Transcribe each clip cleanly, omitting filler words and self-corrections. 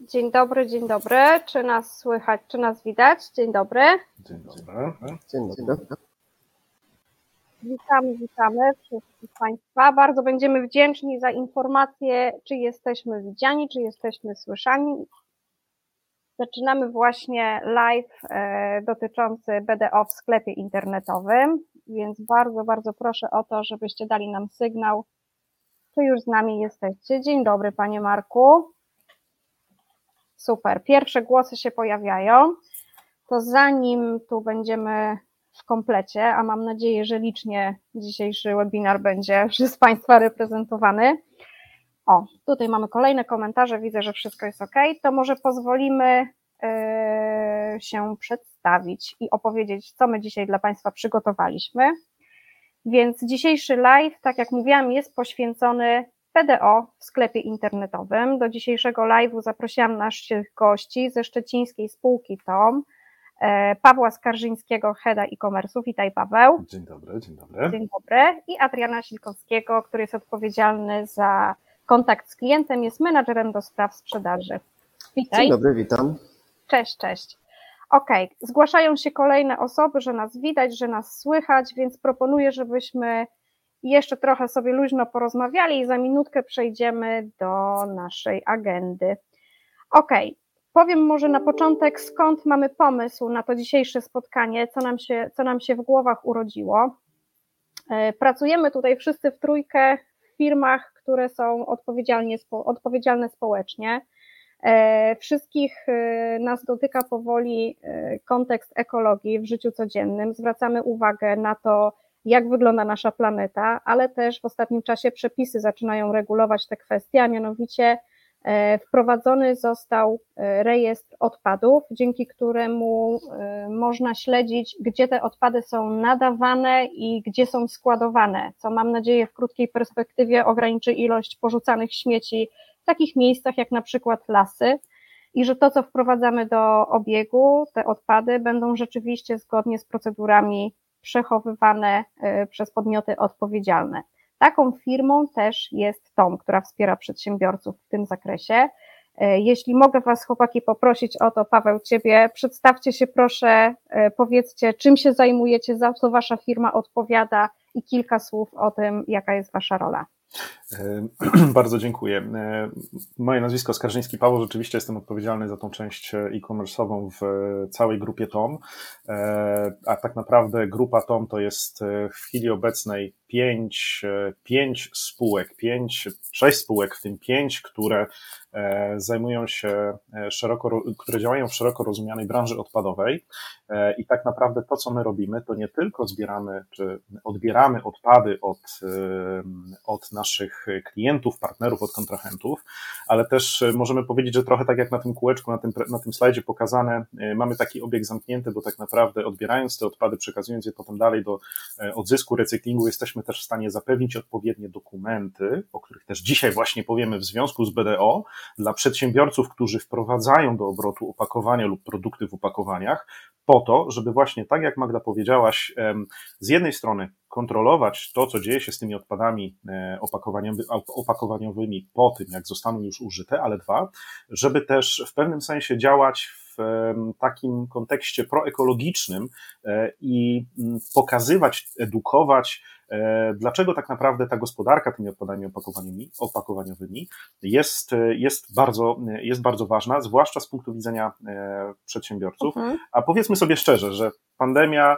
Dzień dobry, dzień dobry. Czy nas słychać, czy nas widać? Dzień dobry. Dzień dobry. Dzień dobry. Witamy wszystkich Państwa. Bardzo będziemy wdzięczni za informacje, czy jesteśmy widziani, czy jesteśmy słyszani. Zaczynamy właśnie live dotyczący BDO w sklepie internetowym, więc bardzo, bardzo proszę o to, żebyście dali nam sygnał, czy już z nami jesteście. Dzień dobry, Panie Marku. Super, pierwsze głosy się pojawiają. To zanim tu będziemy w komplecie, a mam nadzieję, że licznie dzisiejszy webinar będzie przez Państwa reprezentowany. O, tutaj mamy kolejne komentarze, widzę, że wszystko jest ok. To może pozwolimy się przedstawić i opowiedzieć, co my dzisiaj dla Państwa przygotowaliśmy. Więc dzisiejszy live, tak jak mówiłam, jest poświęcony BDO w sklepie internetowym. Do dzisiejszego live'u zaprosiłam naszych gości ze szczecińskiej spółki TOM, Pawła Skarżyńskiego, Heada e-commerce'u. Witaj, Paweł. Dzień dobry, dzień dobry. Dzień dobry. I Adriana Silkowskiego, który jest odpowiedzialny za kontakt z klientem, jest menadżerem do spraw sprzedaży. Witaj. Dzień dobry, witam. Cześć, cześć. Okej, zgłaszają się kolejne osoby, że nas widać, że nas słychać, więc proponuję, żebyśmy jeszcze trochę sobie luźno porozmawiali i za minutkę przejdziemy do naszej agendy. Okej, powiem może na początek, skąd mamy pomysł na to dzisiejsze spotkanie, co nam się w głowach urodziło. Pracujemy tutaj wszyscy w trójkę w firmach, które są odpowiedzialne społecznie. Wszystkich nas dotyka powoli kontekst ekologii w życiu codziennym. Zwracamy uwagę na to, jak wygląda nasza planeta, ale też w ostatnim czasie przepisy zaczynają regulować te kwestie, a mianowicie wprowadzony został rejestr odpadów, dzięki któremu można śledzić, gdzie te odpady są nadawane i gdzie są składowane, co mam nadzieję w krótkiej perspektywie ograniczy ilość porzucanych śmieci w takich miejscach jak na przykład lasy i że to, co wprowadzamy do obiegu, te odpady będą rzeczywiście zgodnie z procedurami przechowywane przez podmioty odpowiedzialne. Taką firmą też jest TOM, która wspiera przedsiębiorców w tym zakresie. Jeśli mogę Was, chłopaki, poprosić o to, Paweł, Ciebie, przedstawcie się proszę, powiedzcie, czym się zajmujecie, za co Wasza firma odpowiada i kilka słów o tym, jaka jest Wasza rola. Bardzo dziękuję. Moje nazwisko Skarżyński Paweł, rzeczywiście jestem odpowiedzialny za tą część e-commerce'ową w całej grupie TOM, a tak naprawdę grupa TOM to jest w chwili obecnej 5 spółek, 6 spółek, w tym 5, które zajmują się które działają w szeroko rozumianej branży odpadowej i tak naprawdę to, co my robimy, to nie tylko zbieramy czy odbieramy odpady od naszych klientów, partnerów, od kontrahentów, ale też możemy powiedzieć, że trochę tak jak na tym kółeczku, na tym slajdzie pokazane, mamy taki obieg zamknięty, bo tak naprawdę odbierając te odpady, przekazując je potem dalej do odzysku, recyklingu, jesteśmy też w stanie zapewnić odpowiednie dokumenty, o których też dzisiaj właśnie powiemy w związku z BDO, dla przedsiębiorców, którzy wprowadzają do obrotu opakowania lub produkty w opakowaniach, po to, żeby właśnie tak jak Magda powiedziałaś, z jednej strony kontrolować to, co dzieje się z tymi odpadami opakowaniowymi po tym, jak zostaną już użyte, ale dwa, żeby też w pewnym sensie działać w takim kontekście proekologicznym i pokazywać, edukować, dlaczego tak naprawdę ta gospodarka tymi odpadami opakowaniowymi jest bardzo ważna, zwłaszcza z punktu widzenia przedsiębiorców. A powiedzmy sobie szczerze, że pandemia,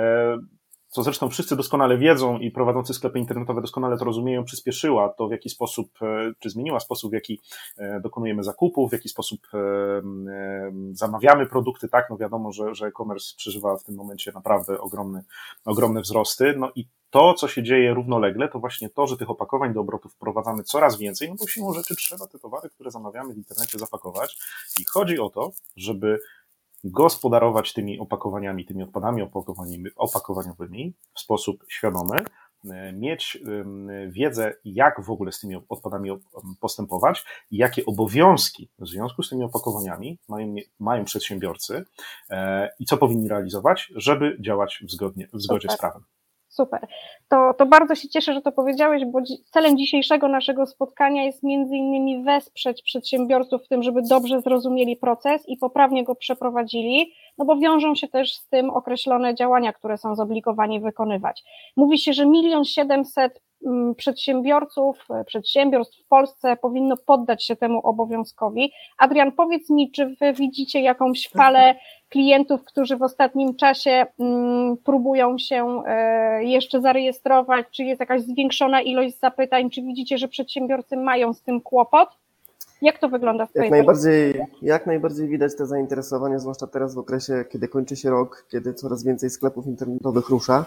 co zresztą wszyscy doskonale wiedzą i prowadzący sklepy internetowe doskonale to rozumieją, przyspieszyła to, w jaki sposób, czy zmieniła sposób, w jaki dokonujemy zakupów, w jaki sposób zamawiamy produkty, tak, no wiadomo, że e-commerce przeżywa w tym momencie naprawdę ogromne wzrosty, no i to, co się dzieje równolegle, to właśnie to, że tych opakowań do obrotu wprowadzamy coraz więcej, no bo siłą rzeczy trzeba te towary, które zamawiamy w internecie, zapakować i chodzi o to, żeby gospodarować tymi opakowaniami, tymi odpadami opakowaniowymi w sposób świadomy, mieć wiedzę, jak w ogóle z tymi odpadami postępować i jakie obowiązki w związku z tymi opakowaniami mają przedsiębiorcy i co powinni realizować, żeby działać w zgodzie z prawem. Super. To bardzo się cieszę, że to powiedziałeś, bo celem dzisiejszego naszego spotkania jest między innymi wesprzeć przedsiębiorców w tym, żeby dobrze zrozumieli proces i poprawnie go przeprowadzili, no bo wiążą się też z tym określone działania, które są zobligowani wykonywać. Mówi się, że 1 700 000 przedsiębiorstw w Polsce powinno poddać się temu obowiązkowi. Adrian, powiedz mi, czy wy widzicie jakąś falę klientów, którzy w ostatnim czasie próbują się jeszcze zarejestrować, czy jest jakaś zwiększona ilość zapytań, czy widzicie, że przedsiębiorcy mają z tym kłopot? Jak to wygląda w twojej Jak najbardziej widać te zainteresowanie, zwłaszcza teraz w okresie, kiedy kończy się rok, kiedy coraz więcej sklepów internetowych rusza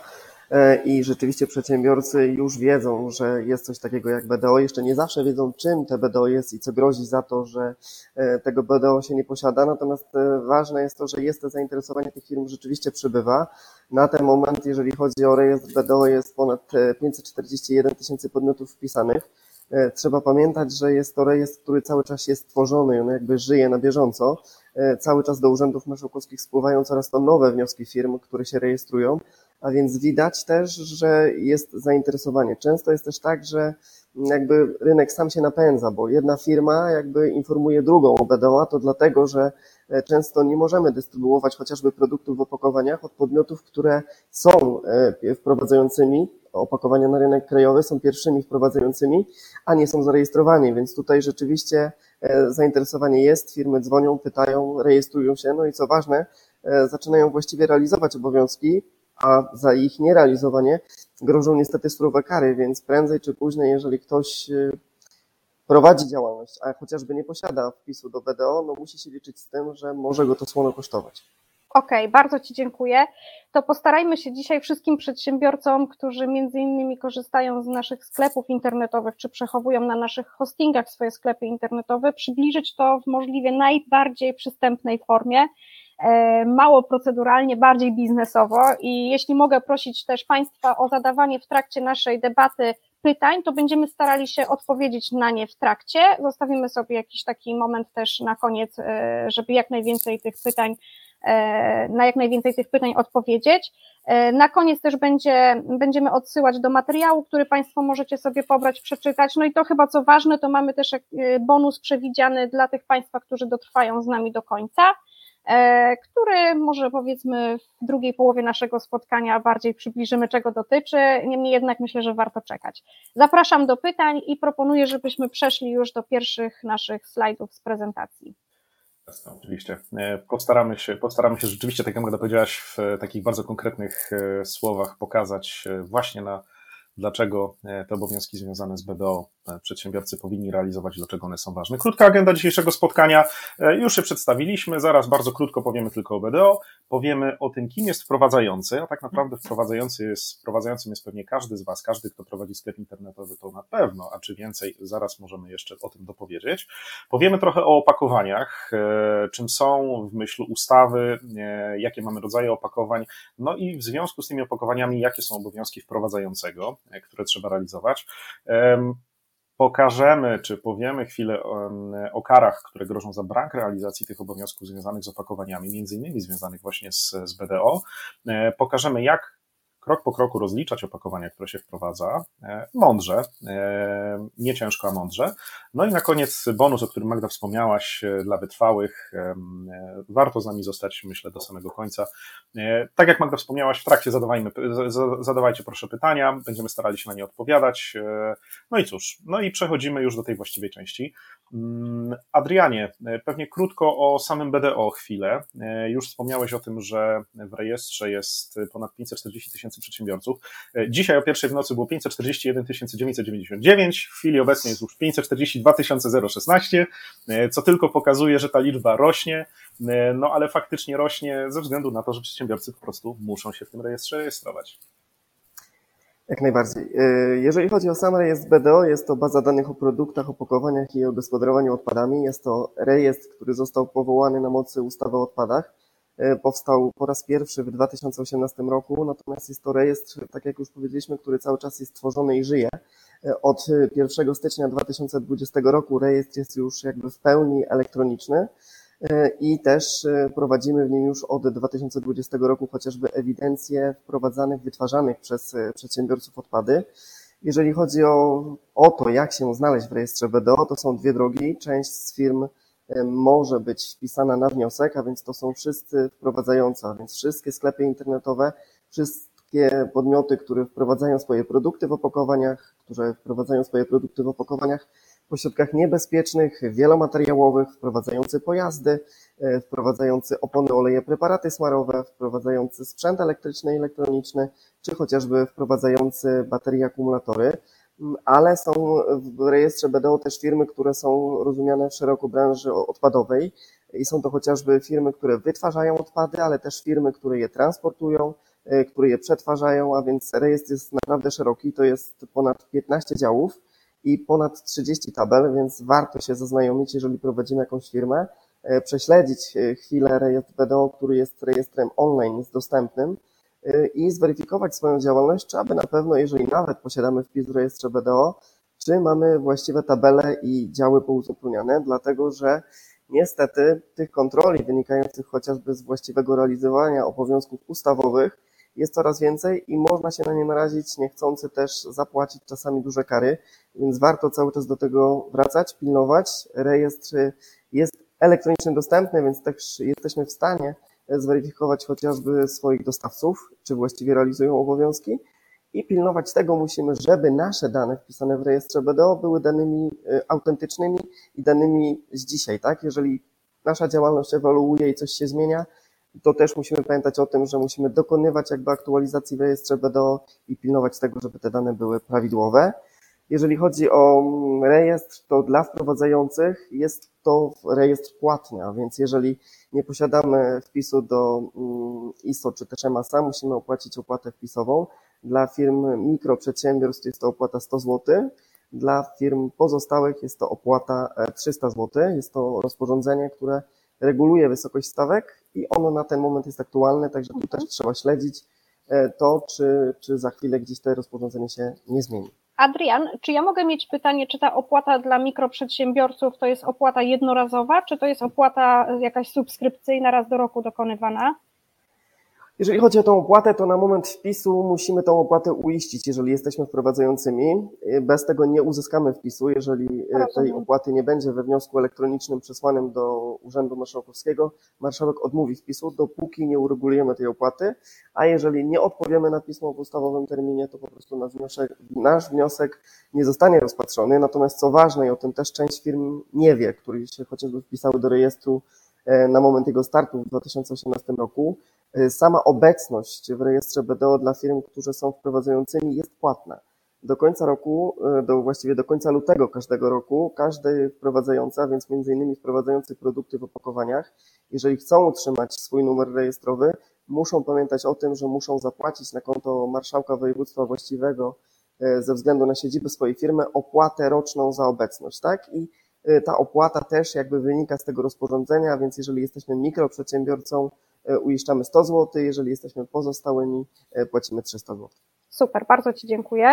i rzeczywiście przedsiębiorcy już wiedzą, że jest coś takiego jak BDO. Jeszcze nie zawsze wiedzą, czym te BDO jest i co grozi za to, że tego BDO się nie posiada, natomiast ważne jest to, że jest to zainteresowanie tych firm rzeczywiście przybywa. Na ten moment, jeżeli chodzi o rejestr BDO, jest ponad 541 000 podmiotów wpisanych. Trzeba pamiętać, że jest to rejestr, który cały czas jest tworzony, on jakby żyje na bieżąco. Cały czas do urzędów marszałkowskich spływają coraz to nowe wnioski firm, które się rejestrują, a więc widać też, że jest zainteresowanie. Często jest też tak, że jakby rynek sam się napędza, bo jedna firma jakby informuje drugą o BDO, a to dlatego, że często nie możemy dystrybuować chociażby produktów w opakowaniach od podmiotów, które są wprowadzającymi opakowania na rynek krajowy, są pierwszymi wprowadzającymi, a nie są zarejestrowani, więc tutaj rzeczywiście zainteresowanie jest, firmy dzwonią, pytają, rejestrują się, no i co ważne, zaczynają właściwie realizować obowiązki, a za ich nierealizowanie grożą niestety surowe kary, więc prędzej czy później, jeżeli ktoś prowadzi działalność, a chociażby nie posiada wpisu do BDO, no musi się liczyć z tym, że może go to słono kosztować. Okej, bardzo Ci dziękuję. To postarajmy się dzisiaj wszystkim przedsiębiorcom, którzy między innymi korzystają z naszych sklepów internetowych, czy przechowują na naszych hostingach swoje sklepy internetowe, przybliżyć to w możliwie najbardziej przystępnej formie, mało proceduralnie, bardziej biznesowo i jeśli mogę prosić też Państwa o zadawanie w trakcie naszej debaty pytań, to będziemy starali się odpowiedzieć na nie w trakcie. Zostawimy sobie jakiś taki moment też na koniec, żeby na jak najwięcej tych pytań odpowiedzieć. Na koniec też będziemy odsyłać do materiału, który Państwo możecie sobie pobrać, przeczytać. No i to chyba co ważne, to mamy też bonus przewidziany dla tych Państwa, którzy dotrwają z nami do końca, który może powiedzmy w drugiej połowie naszego spotkania bardziej przybliżymy, czego dotyczy. Niemniej jednak myślę, że warto czekać. Zapraszam do pytań i proponuję, żebyśmy przeszli już do pierwszych naszych slajdów z prezentacji. Jasne, oczywiście. Postaramy się rzeczywiście, tak jak Magda powiedziałaś, w takich bardzo konkretnych słowach pokazać właśnie dlaczego te obowiązki związane z BDO przedsiębiorcy powinni realizować, dlaczego one są ważne. Krótka agenda dzisiejszego spotkania, już się przedstawiliśmy, zaraz bardzo krótko powiemy tylko o BDO, powiemy o tym, kim jest wprowadzający, a tak naprawdę wprowadzającym jest pewnie każdy z Was, każdy, kto prowadzi sklep internetowy, to na pewno, a czy więcej, zaraz możemy jeszcze o tym dopowiedzieć. Powiemy trochę o opakowaniach, czym są w myśl ustawy, jakie mamy rodzaje opakowań, no i w związku z tymi opakowaniami, jakie są obowiązki wprowadzającego, które trzeba realizować. Pokażemy, czy powiemy chwilę o karach, które grożą za brak realizacji tych obowiązków związanych z opakowaniami, między innymi związanych właśnie z BDO. Pokażemy, jak krok po kroku rozliczać opakowania, które się wprowadza, mądrze, nie ciężko, a mądrze. No i na koniec bonus, o którym Magda wspomniałaś, dla wytrwałych, warto z nami zostać, myślę, do samego końca. Tak jak Magda wspomniałaś, w trakcie zadawajcie proszę pytania, będziemy starali się na nie odpowiadać. No i cóż, no i przechodzimy już do tej właściwej części. Adrianie, pewnie krótko o samym BDO chwilę. Już wspomniałeś o tym, że w rejestrze jest ponad 540 000 przedsiębiorców. Dzisiaj o pierwszej w nocy było 541 999, w chwili obecnej jest już 542 016, co tylko pokazuje, że ta liczba rośnie, no ale faktycznie rośnie ze względu na to, że przedsiębiorcy po prostu muszą się w tym rejestrze rejestrować. Jak najbardziej. Jeżeli chodzi o sam rejestr BDO, jest to baza danych o produktach, opakowaniach i o gospodarowaniu odpadami. Jest to rejestr, który został powołany na mocy ustawy o odpadach. Powstał po raz pierwszy w 2018 roku, natomiast jest to rejestr, tak jak już powiedzieliśmy, który cały czas jest tworzony i żyje. Od 1 stycznia 2020 roku rejestr jest już jakby w pełni elektroniczny. i też prowadzimy w nim już od 2020 roku chociażby ewidencję wprowadzanych, wytwarzanych przez przedsiębiorców odpady. Jeżeli chodzi o to, jak się znaleźć w rejestrze BDO, to są dwie drogi. Część z firm może być wpisana na wniosek, a więc to są wszyscy wprowadzający, a więc wszystkie sklepy internetowe, wszystkie podmioty, które wprowadzają swoje produkty w opakowaniach, po środkach niebezpiecznych, wielomateriałowych, wprowadzający pojazdy, wprowadzający opony, oleje, preparaty smarowe, wprowadzający sprzęt elektryczny i elektroniczny, czy chociażby wprowadzający baterie, akumulatory. Ale są w rejestrze BDO też firmy, które są rozumiane w szeroko branży odpadowej i są to chociażby firmy, które wytwarzają odpady, ale też firmy, które je transportują, które je przetwarzają, a więc rejestr jest naprawdę szeroki, to jest ponad 15 działów i ponad 30 tabel, więc warto się zaznajomić, jeżeli prowadzimy jakąś firmę, prześledzić chwilę rejestr BDO, który jest rejestrem online, jest dostępnym, i zweryfikować swoją działalność, czy aby na pewno, jeżeli nawet posiadamy wpis w rejestrze BDO, czy mamy właściwe tabele i działy pouzupełniane, dlatego że niestety tych kontroli wynikających chociażby z właściwego realizowania obowiązków ustawowych jest coraz więcej i można się na nie narazić, niechcący też zapłacić czasami duże kary, więc warto cały czas do tego wracać, pilnować. Rejestr jest elektronicznie dostępny, więc też jesteśmy w stanie zweryfikować chociażby swoich dostawców, czy właściwie realizują obowiązki i pilnować tego musimy, żeby nasze dane wpisane w rejestrze BDO były danymi autentycznymi i danymi z dzisiaj, tak? Jeżeli nasza działalność ewoluuje i coś się zmienia, to też musimy pamiętać o tym, że musimy dokonywać jakby aktualizacji w rejestrze BDO i pilnować tego, żeby te dane były prawidłowe. Jeżeli chodzi o rejestr, to dla wprowadzających jest to rejestr płatny, a więc jeżeli nie posiadamy wpisu do ISO czy też EMAS-a, musimy opłacić opłatę wpisową. Dla firm mikroprzedsiębiorstw jest to opłata 100 zł, dla firm pozostałych jest to opłata 300 zł. Jest to rozporządzenie, które reguluje wysokość stawek i ono na ten moment jest aktualne, także tu też trzeba śledzić to, czy za chwilę gdzieś to rozporządzenie się nie zmieni. Adrian, czy ja mogę mieć pytanie, czy ta opłata dla mikroprzedsiębiorców to jest opłata jednorazowa, czy to jest opłata jakaś subskrypcyjna, raz do roku dokonywana? Jeżeli chodzi o tą opłatę, to na moment wpisu musimy tą opłatę uiścić, jeżeli jesteśmy wprowadzającymi. Bez tego nie uzyskamy wpisu, jeżeli tej opłaty nie będzie we wniosku elektronicznym przesłanym do Urzędu Marszałkowskiego. Marszałek odmówi wpisu, dopóki nie uregulujemy tej opłaty, a jeżeli nie odpowiemy na pismo w ustawowym terminie, to po prostu nasz wniosek nie zostanie rozpatrzony. Natomiast co ważne, i o tym też część firm nie wie, które się chociażby wpisały do rejestru na moment jego startu w 2018 roku, sama obecność w rejestrze BDO dla firm, które są wprowadzającymi, jest płatna. Do końca roku, właściwie do końca lutego każdego roku, każdy wprowadzający, a więc między innymi wprowadzający produkty w opakowaniach, jeżeli chcą utrzymać swój numer rejestrowy, muszą pamiętać o tym, że muszą zapłacić na konto marszałka województwa właściwego ze względu na siedzibę swojej firmy opłatę roczną za obecność, tak? I ta opłata też jakby wynika z tego rozporządzenia, więc jeżeli jesteśmy mikroprzedsiębiorcą, uiszczamy 100 zł, jeżeli jesteśmy pozostałymi, płacimy 300 zł. Super, bardzo Ci dziękuję.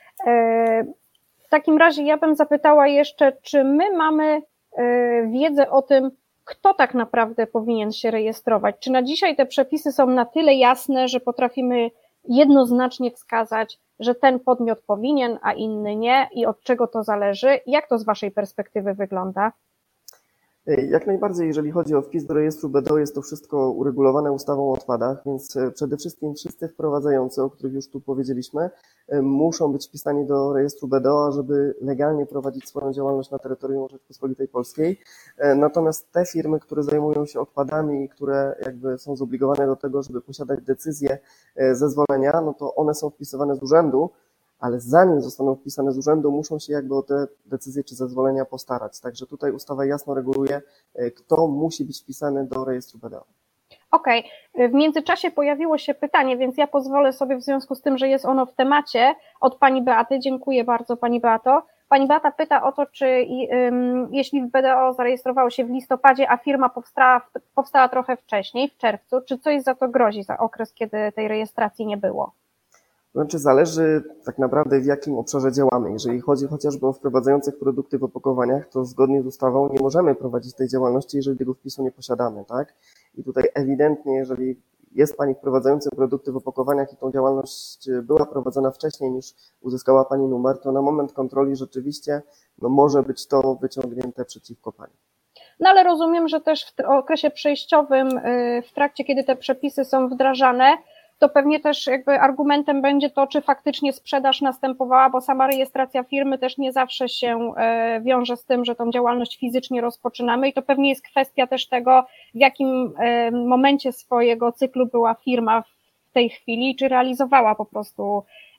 W takim razie ja bym zapytała jeszcze, czy my mamy wiedzę o tym, kto tak naprawdę powinien się rejestrować? Czy na dzisiaj te przepisy są na tyle jasne, że potrafimy jednoznacznie wskazać, że ten podmiot powinien, a inny nie i od czego to zależy? Jak to z Waszej perspektywy wygląda? Jak najbardziej, jeżeli chodzi o wpis do rejestru BDO, jest to wszystko uregulowane ustawą o odpadach, więc przede wszystkim wszyscy wprowadzający, o których już tu powiedzieliśmy, muszą być wpisani do rejestru BDO, żeby legalnie prowadzić swoją działalność na terytorium Rzeczypospolitej Polskiej. Natomiast te firmy, które zajmują się odpadami i które jakby są zobligowane do tego, żeby posiadać decyzje, zezwolenia, no to one są wpisywane z urzędu, ale zanim zostaną wpisane z urzędu, muszą się jakby o te decyzje czy zezwolenia postarać. Także tutaj ustawa jasno reguluje, kto musi być wpisany do rejestru BDO. Okej. W międzyczasie pojawiło się pytanie, więc ja pozwolę sobie w związku z tym, że jest ono w temacie, od Pani Beaty. Dziękuję bardzo Pani Beato. Pani Beata pyta o to, czy jeśli w BDO zarejestrowało się w listopadzie, a firma powstała trochę wcześniej, w czerwcu, czy coś za to grozi za okres, kiedy tej rejestracji nie było? Znaczy zależy tak naprawdę w jakim obszarze działamy. Jeżeli chodzi chociażby o wprowadzających produkty w opakowaniach, to zgodnie z ustawą nie możemy prowadzić tej działalności, jeżeli tego wpisu nie posiadamy, tak? I tutaj ewidentnie, jeżeli jest Pani wprowadzającym produkty w opakowaniach i tą działalność była prowadzona wcześniej niż uzyskała Pani numer, to na moment kontroli rzeczywiście może być to wyciągnięte przeciwko Pani. No ale rozumiem, że też w okresie przejściowym, w trakcie, kiedy te przepisy są wdrażane, to pewnie też jakby argumentem będzie to, czy faktycznie sprzedaż następowała, bo sama rejestracja firmy też nie zawsze się wiąże z tym, że tą działalność fizycznie rozpoczynamy i to pewnie jest kwestia też tego, w jakim momencie swojego cyklu była firma w tej chwili, czy realizowała po prostu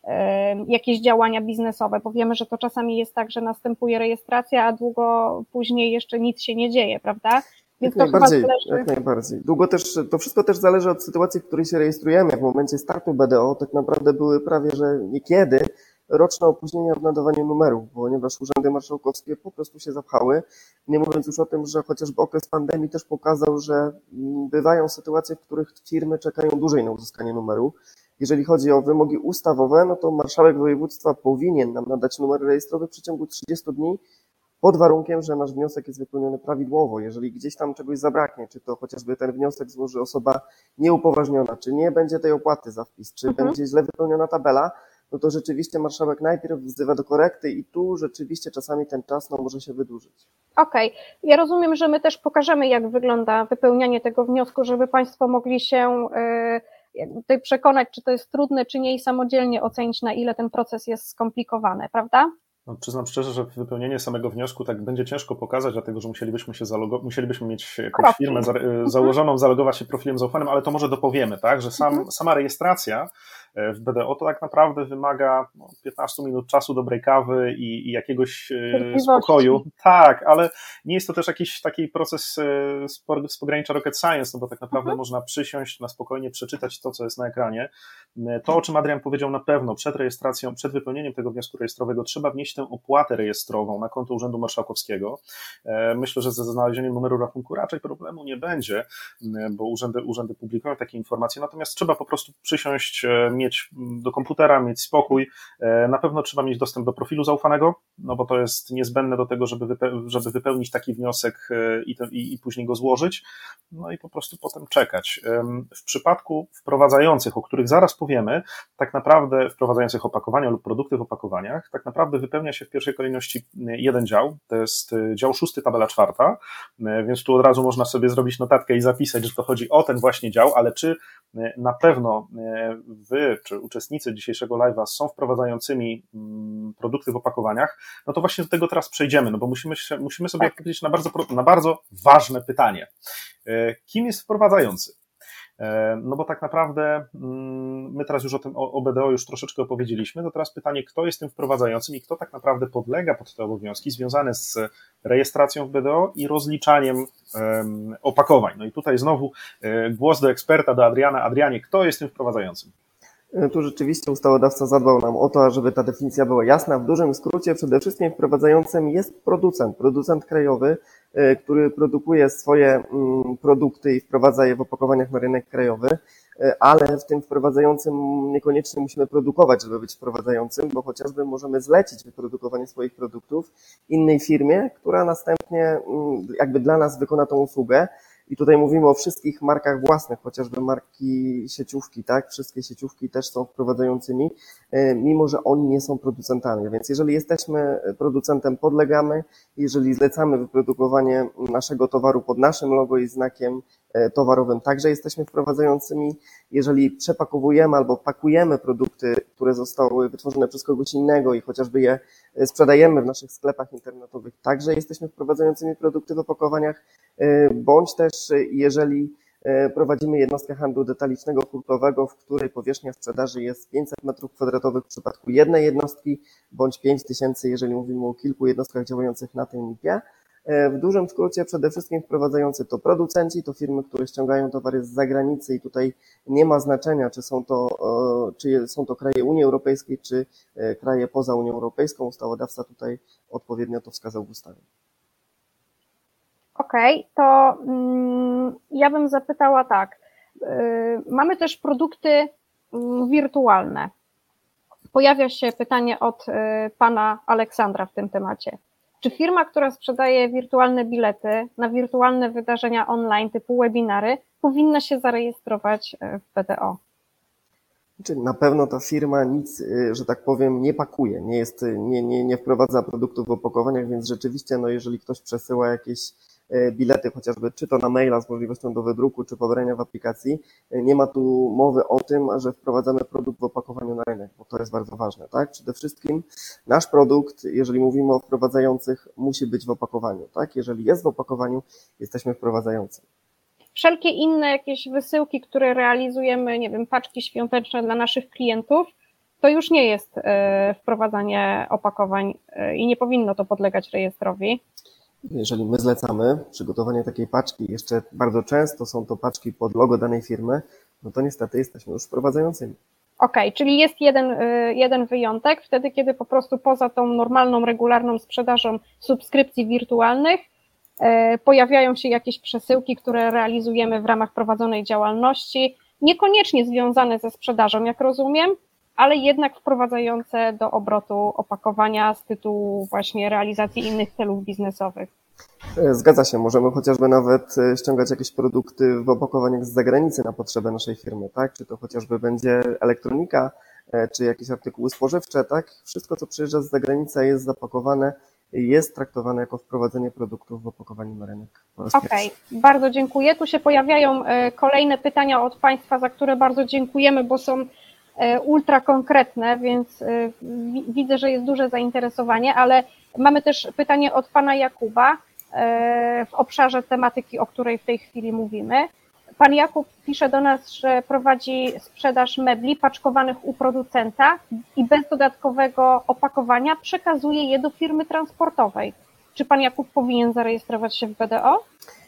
jakieś działania biznesowe, bo wiemy, że to czasami jest tak, że następuje rejestracja, a długo później jeszcze nic się nie dzieje, prawda? Więc jak najbardziej, jak najbardziej. Długo też, to wszystko też zależy od sytuacji, w której się rejestrujemy. W momencie startu BDO tak naprawdę były prawie, że niekiedy roczne opóźnienia w nadawaniu numerów, ponieważ urzędy marszałkowskie po prostu się zapchały. Nie mówiąc już o tym, że chociażby okres pandemii też pokazał, że bywają sytuacje, w których firmy czekają dłużej na uzyskanie numeru. Jeżeli chodzi o wymogi ustawowe, no to marszałek województwa powinien nam nadać numer rejestrowy w przeciągu 30 dni, pod warunkiem, że nasz wniosek jest wypełniony prawidłowo. Jeżeli gdzieś tam czegoś zabraknie, czy to chociażby ten wniosek złoży osoba nieupoważniona, czy nie będzie tej opłaty za wpis, czy będzie źle wypełniona tabela, no to rzeczywiście marszałek najpierw wzywa do korekty i tu rzeczywiście czasami ten czas może się wydłużyć. Okej. Ja rozumiem, że my też pokażemy, jak wygląda wypełnianie tego wniosku, żeby Państwo mogli się tutaj przekonać, czy to jest trudne, czy nie i samodzielnie ocenić, na ile ten proces jest skomplikowany, prawda? No, przyznam szczerze, że wypełnienie samego wniosku tak będzie ciężko pokazać, dlatego że musielibyśmy mieć jakąś firmę założoną, zalogować się profilem zaufanym, ale to może dopowiemy, tak, że sama rejestracja w BDO to tak naprawdę wymaga 15 minut czasu, dobrej kawy i jakiegoś spokoju. Tak, ale nie jest to też jakiś taki proces z pogranicza rocket science, no bo tak naprawdę można przysiąść, na spokojnie przeczytać to, co jest na ekranie. To, o czym Adrian powiedział, na pewno przed rejestracją, przed wypełnieniem tego wniosku rejestrowego trzeba wnieść tę opłatę rejestrową na konto Urzędu Marszałkowskiego. Myślę, że ze znalezieniem numeru rachunku raczej problemu nie będzie, bo urzędy publikują takie informacje, natomiast trzeba po prostu przysiąść, mieć do komputera, mieć spokój. Na pewno trzeba mieć dostęp do profilu zaufanego, no bo to jest niezbędne do tego, żeby wypełnić taki wniosek i później go złożyć, no i po prostu potem czekać. W przypadku wprowadzających, o których zaraz powiemy, tak naprawdę wprowadzających opakowania lub produkty w opakowaniach, tak naprawdę wypełnia się w pierwszej kolejności jeden dział, to jest dział 6, tabela 4, więc tu od razu można sobie zrobić notatkę i zapisać, że to chodzi o ten właśnie dział, ale czy na pewno wy, czy uczestnicy dzisiejszego live'a są wprowadzającymi produkty w opakowaniach, no to właśnie do tego teraz przejdziemy, no bo musimy sobie odpowiedzieć na bardzo ważne pytanie. Kim jest wprowadzający? No bo tak naprawdę my teraz już o BDO już troszeczkę opowiedzieliśmy, to teraz pytanie, kto jest tym wprowadzającym i kto tak naprawdę podlega pod te obowiązki związane z rejestracją w BDO i rozliczaniem opakowań. No i tutaj znowu głos do eksperta, do Adriana. Adrianie, kto jest tym wprowadzającym? Tu rzeczywiście ustawodawca zadbał nam o to, żeby ta definicja była jasna. W dużym skrócie przede wszystkim wprowadzającym jest producent krajowy, który produkuje swoje produkty i wprowadza je w opakowaniach na rynek krajowy, ale w tym wprowadzającym niekoniecznie musimy produkować, żeby być wprowadzającym, bo chociażby możemy zlecić wyprodukowanie swoich produktów innej firmie, która następnie jakby dla nas wykona tą usługę. I tutaj mówimy o wszystkich markach własnych, chociażby marki sieciówki, tak? Wszystkie sieciówki też są wprowadzającymi, mimo że oni nie są producentami. Więc jeżeli jesteśmy producentem, podlegamy. Jeżeli zlecamy wyprodukowanie naszego towaru pod naszym logo i znakiem towarowym, także jesteśmy wprowadzającymi. Jeżeli przepakowujemy albo pakujemy produkty, które zostały wytworzone przez kogoś innego i chociażby je sprzedajemy w naszych sklepach internetowych, także jesteśmy wprowadzającymi produkty w opakowaniach, bądź też jeżeli prowadzimy jednostkę handlu detalicznego hurtowego, w której powierzchnia sprzedaży jest 500 m2 w przypadku jednej jednostki, bądź 5000, jeżeli mówimy o kilku jednostkach działających na tym MIP-ie. W dużym skrócie przede wszystkim wprowadzający to producenci, to firmy, które ściągają towary z zagranicy i tutaj nie ma znaczenia, czy są to kraje Unii Europejskiej, czy kraje poza Unią Europejską. Ustawodawca tutaj odpowiednio to wskazał w ustawie. Okej, to ja bym zapytała tak. Mamy też produkty wirtualne. pojawia się pytanie od pana Aleksandra w tym temacie. Czy firma, która sprzedaje wirtualne bilety na wirtualne wydarzenia online typu webinary, powinna się zarejestrować w BDO? Na pewno ta firma nic, że tak powiem, nie pakuje, nie wprowadza produktów w opakowaniach, więc rzeczywiście, no jeżeli ktoś przesyła jakieś bilety, chociażby czy to na maila z możliwością do wydruku, czy pobrania w aplikacji, nie ma tu mowy o tym, że wprowadzamy produkt w opakowaniu na rynek, bo to jest bardzo ważne, tak? Przede wszystkim nasz produkt, jeżeli mówimy o wprowadzających, musi być w opakowaniu, tak? Jeżeli jest w opakowaniu, jesteśmy wprowadzającym. Wszelkie inne jakieś wysyłki, które realizujemy, nie wiem, paczki świąteczne dla naszych klientów, to już nie jest wprowadzanie opakowań i nie powinno to podlegać rejestrowi. Jeżeli my zlecamy przygotowanie takiej paczki, jeszcze bardzo często są to paczki pod logo danej firmy, no to niestety jesteśmy już wprowadzającymi. Okej, czyli jest jeden wyjątek, wtedy kiedy po prostu poza tą normalną, regularną sprzedażą subskrypcji wirtualnych pojawiają się jakieś przesyłki, które realizujemy w ramach prowadzonej działalności, niekoniecznie związane ze sprzedażą, jak rozumiem, ale jednak wprowadzające do obrotu opakowania z tytułu właśnie realizacji innych celów biznesowych. Zgadza się, możemy chociażby nawet ściągać jakieś produkty w opakowaniach z zagranicy na potrzeby naszej firmy, tak? Czy to chociażby będzie elektronika, czy jakieś artykuły spożywcze, tak? Wszystko, co przyjeżdża z zagranicy, jest zapakowane, jest traktowane jako wprowadzenie produktów w opakowaniu na rynek. Okej, bardzo dziękuję. Tu się pojawiają kolejne pytania od Państwa, za które bardzo dziękujemy, bo są ultra konkretne, więc widzę, że jest duże zainteresowanie, ale mamy też pytanie od pana Jakuba w obszarze tematyki, o której w tej chwili mówimy. Pan Jakub pisze do nas, że prowadzi sprzedaż mebli paczkowanych u producenta i bez dodatkowego opakowania przekazuje je do firmy transportowej. Czy pan Jakub powinien zarejestrować się w BDO?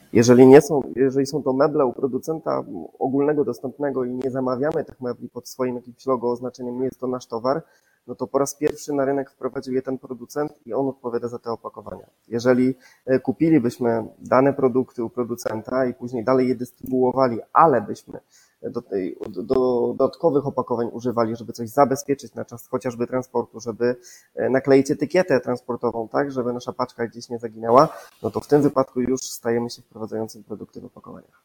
Jeżeli są to meble u producenta ogólnego, dostępnego i nie zamawiamy tych mebli pod swoim jakimś logo, oznaczeniem nie jest to nasz towar, no to po raz pierwszy na rynek wprowadził je ten producent i on odpowiada za te opakowania. Jeżeli kupilibyśmy dane produkty u producenta i później dalej je dystrybuowali, ale byśmy do dodatkowych opakowań używali, żeby coś zabezpieczyć na czas chociażby transportu, żeby nakleić etykietę transportową, tak, żeby nasza paczka gdzieś nie zaginęła, no to w tym wypadku już stajemy się wprowadzającym produkty w opakowaniach.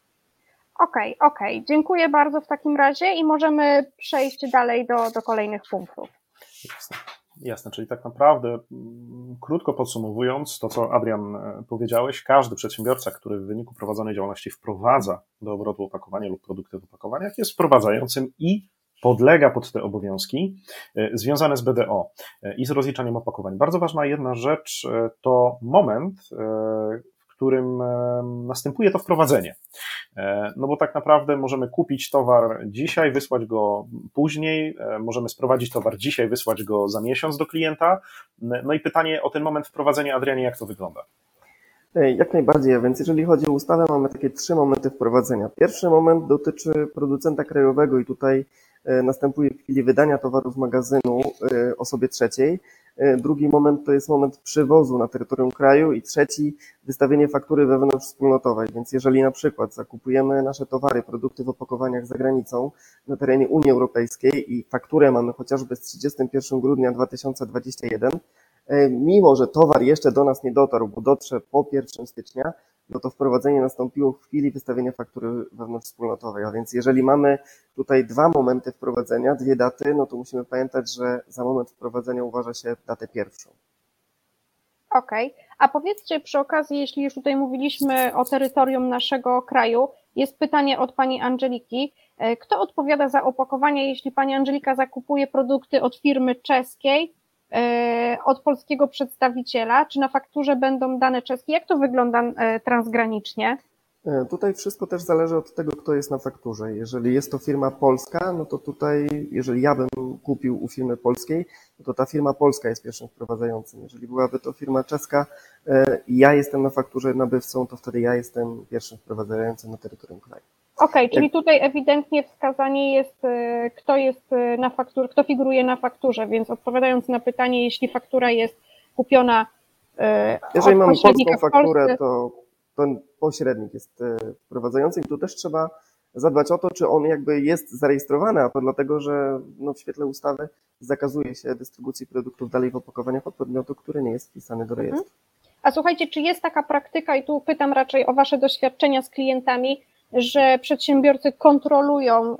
Okej. Dziękuję bardzo w takim razie i możemy przejść dalej do kolejnych punktów. Jasne, czyli tak naprawdę, krótko podsumowując to, co Adrian powiedziałeś, każdy przedsiębiorca, który w wyniku prowadzonej działalności wprowadza do obrotu opakowania lub produkty w opakowaniach, jest wprowadzającym i podlega pod te obowiązki związane z BDO i z rozliczaniem opakowań. Bardzo ważna jedna rzecz to moment, w którym następuje to wprowadzenie. No bo tak naprawdę możemy kupić towar dzisiaj, wysłać go później, możemy sprowadzić towar dzisiaj, wysłać go za miesiąc do klienta. No i pytanie o ten moment wprowadzenia, Adrianie, jak to wygląda? Jak najbardziej, a więc jeżeli chodzi o ustawę, mamy takie 3 momenty wprowadzenia. Pierwszy moment dotyczy producenta krajowego i tutaj następuje w chwili wydania towaru z magazynu osobie trzeciej. Drugi moment to jest moment przywozu na terytorium kraju i trzeci wystawienie faktury wewnątrzwspólnotowej. Więc jeżeli na przykład zakupujemy nasze towary, produkty w opakowaniach za granicą na terenie Unii Europejskiej i fakturę mamy chociażby z 31 grudnia 2021, mimo że towar jeszcze do nas nie dotarł, bo dotrze po 1 stycznia, no to wprowadzenie nastąpiło w chwili wystawienia faktury wewnątrzwspólnotowej. A więc jeżeli mamy tutaj 2 momenty wprowadzenia, 2 daty, no to musimy pamiętać, że za moment wprowadzenia uważa się datę pierwszą. Okej, a powiedzcie przy okazji, jeśli już tutaj mówiliśmy o terytorium naszego kraju, jest pytanie od pani Angeliki. Kto odpowiada za opakowanie, jeśli pani Angelika zakupuje produkty od firmy czeskiej, od polskiego przedstawiciela? Czy na fakturze będą dane czeskie? Jak to wygląda transgranicznie? Tutaj wszystko też zależy od tego, kto jest na fakturze. Jeżeli jest to firma polska, no to tutaj, jeżeli ja bym kupił u firmy polskiej, no to ta firma polska jest pierwszym wprowadzającym. Jeżeli byłaby to firma czeska i ja jestem na fakturze nabywcą, to wtedy ja jestem pierwszym wprowadzającym na terytorium kraju. Okej, czyli tutaj ewidentnie wskazanie jest, kto jest na fakturze, kto figuruje na fakturze, więc odpowiadając na pytanie, jeśli faktura jest kupiona jeżeli od mamy polską pośrednika w fakturę, Polsce, to ten pośrednik jest wprowadzający i tu też trzeba zadbać o to, czy on jakby jest zarejestrowany, a to dlatego, że w świetle ustawy zakazuje się dystrybucji produktów dalej w opakowaniach od podmiotu, który nie jest wpisany do rejestru. A słuchajcie, czy jest taka praktyka, i tu pytam raczej o Wasze doświadczenia z klientami, że przedsiębiorcy kontrolują,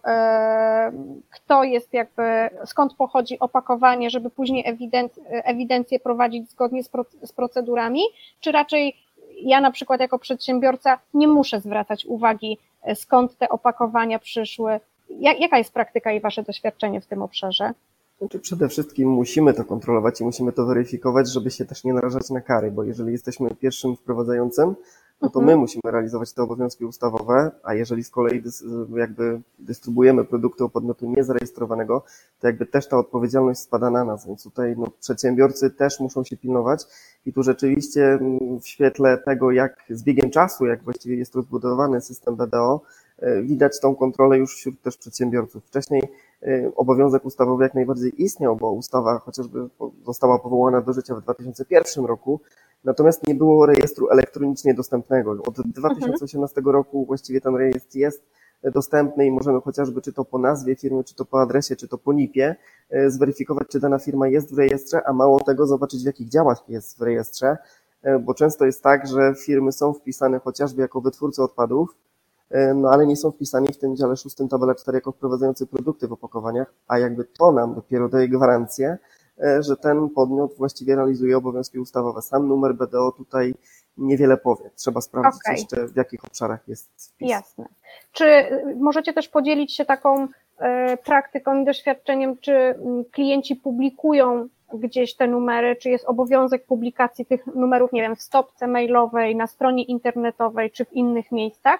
kto jest skąd pochodzi opakowanie, żeby później ewidencję prowadzić zgodnie z procedurami, czy raczej ja na przykład jako przedsiębiorca nie muszę zwracać uwagi, skąd te opakowania przyszły? Jaka jest praktyka i Wasze doświadczenie w tym obszarze? Znaczy przede wszystkim musimy to kontrolować i musimy to weryfikować, żeby się też nie narażać na kary, bo jeżeli jesteśmy pierwszym wprowadzającym, no to my musimy realizować te obowiązki ustawowe, a jeżeli z kolei jakby dystrybuujemy produkty od podmiotu niezarejestrowanego, to jakby też ta odpowiedzialność spada na nas, więc tutaj przedsiębiorcy też muszą się pilnować i tu rzeczywiście w świetle tego, jak z biegiem czasu, jak właściwie jest rozbudowany system BDO, widać tą kontrolę już wśród też przedsiębiorców. Wcześniej obowiązek ustawowy jak najbardziej istniał, bo ustawa chociażby została powołana do życia w 2001 roku, natomiast nie było rejestru elektronicznie dostępnego. Od 2018 roku właściwie ten rejestr jest dostępny i możemy chociażby czy to po nazwie firmy, czy to po adresie, czy to po NIP-ie zweryfikować, czy dana firma jest w rejestrze, a mało tego zobaczyć, w jakich działach jest w rejestrze, bo często jest tak, że firmy są wpisane chociażby jako wytwórcy odpadów, ale nie są wpisani w tym dziale 6 tabela 4 jako wprowadzający produkty w opakowaniach, a jakby to nam dopiero daje gwarancję, że ten podmiot właściwie realizuje obowiązki ustawowe. Sam numer BDO tutaj niewiele powie. Trzeba sprawdzić jeszcze, w jakich obszarach jest wpis. Jasne. Czy możecie też podzielić się taką praktyką i doświadczeniem, czy klienci publikują gdzieś te numery, czy jest obowiązek publikacji tych numerów, nie wiem, w stopce mailowej, na stronie internetowej, czy w innych miejscach?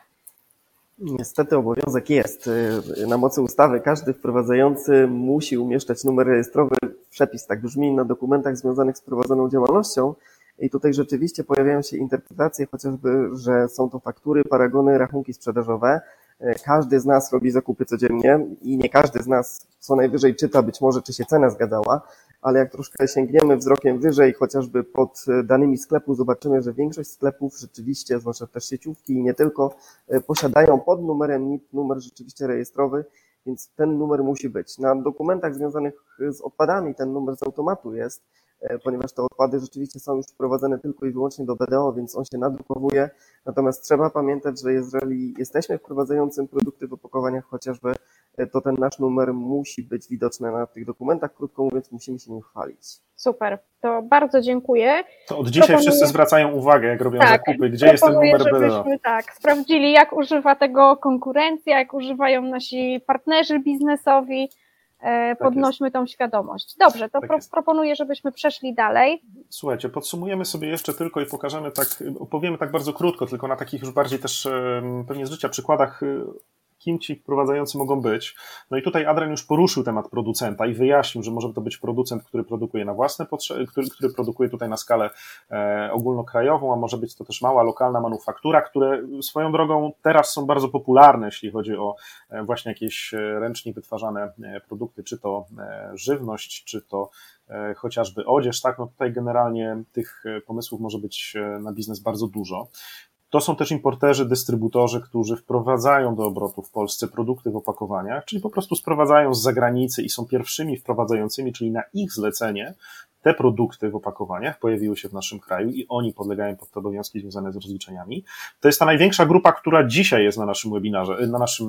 Niestety obowiązek jest. Na mocy ustawy każdy wprowadzający musi umieszczać numer rejestrowy, przepis tak brzmi, na dokumentach związanych z prowadzoną działalnością i tutaj rzeczywiście pojawiają się interpretacje chociażby, że są to faktury, paragony, rachunki sprzedażowe. Każdy z nas robi zakupy codziennie i nie każdy z nas co najwyżej czyta być może, czy się cena zgadzała, ale jak troszkę sięgniemy wzrokiem wyżej, chociażby pod danymi sklepu, zobaczymy, że większość sklepów rzeczywiście, zwłaszcza też sieciówki i nie tylko, posiadają pod numerem NIP numer rzeczywiście rejestrowy, więc ten numer musi być. Na dokumentach związanych z odpadami ten numer z automatu jest, ponieważ te odpady rzeczywiście są już wprowadzane tylko i wyłącznie do BDO, więc on się nadrukowuje. Natomiast trzeba pamiętać, że jeżeli jesteśmy wprowadzającym produkty w opakowaniach chociażby, to ten nasz numer musi być widoczny na tych dokumentach. Krótko mówiąc, musimy się nim chwalić. Super, to bardzo dziękuję. To od dzisiaj wszyscy zwracają uwagę, jak robią zakupy, gdzie jest ten numer BDO. Żebyśmy sprawdzili, jak używa tego konkurencja, jak używają nasi partnerzy biznesowi. Podnośmy tą świadomość. Dobrze, to proponuję, żebyśmy przeszli dalej. Słuchajcie, podsumujemy sobie jeszcze tylko i pokażemy opowiemy tak bardzo krótko, tylko na takich już bardziej też pewnie z życia przykładach, kim ci wprowadzający mogą być. No i tutaj Adrian już poruszył temat producenta i wyjaśnił, że może to być producent, który produkuje na własne potrzeby, który produkuje tutaj na skalę ogólnokrajową, a może być to też mała, lokalna manufaktura, które swoją drogą teraz są bardzo popularne, jeśli chodzi o właśnie jakieś ręcznie wytwarzane produkty, czy to żywność, czy to chociażby odzież, tak? No tutaj generalnie tych pomysłów może być na biznes bardzo dużo. To są też importerzy, dystrybutorzy, którzy wprowadzają do obrotu w Polsce produkty w opakowaniach, czyli po prostu sprowadzają z zagranicy i są pierwszymi wprowadzającymi, czyli na ich zlecenie te produkty w opakowaniach pojawiły się w naszym kraju i oni podlegają pod te obowiązki związane z rozliczeniami. To jest ta największa grupa, która dzisiaj jest na naszym webinarze,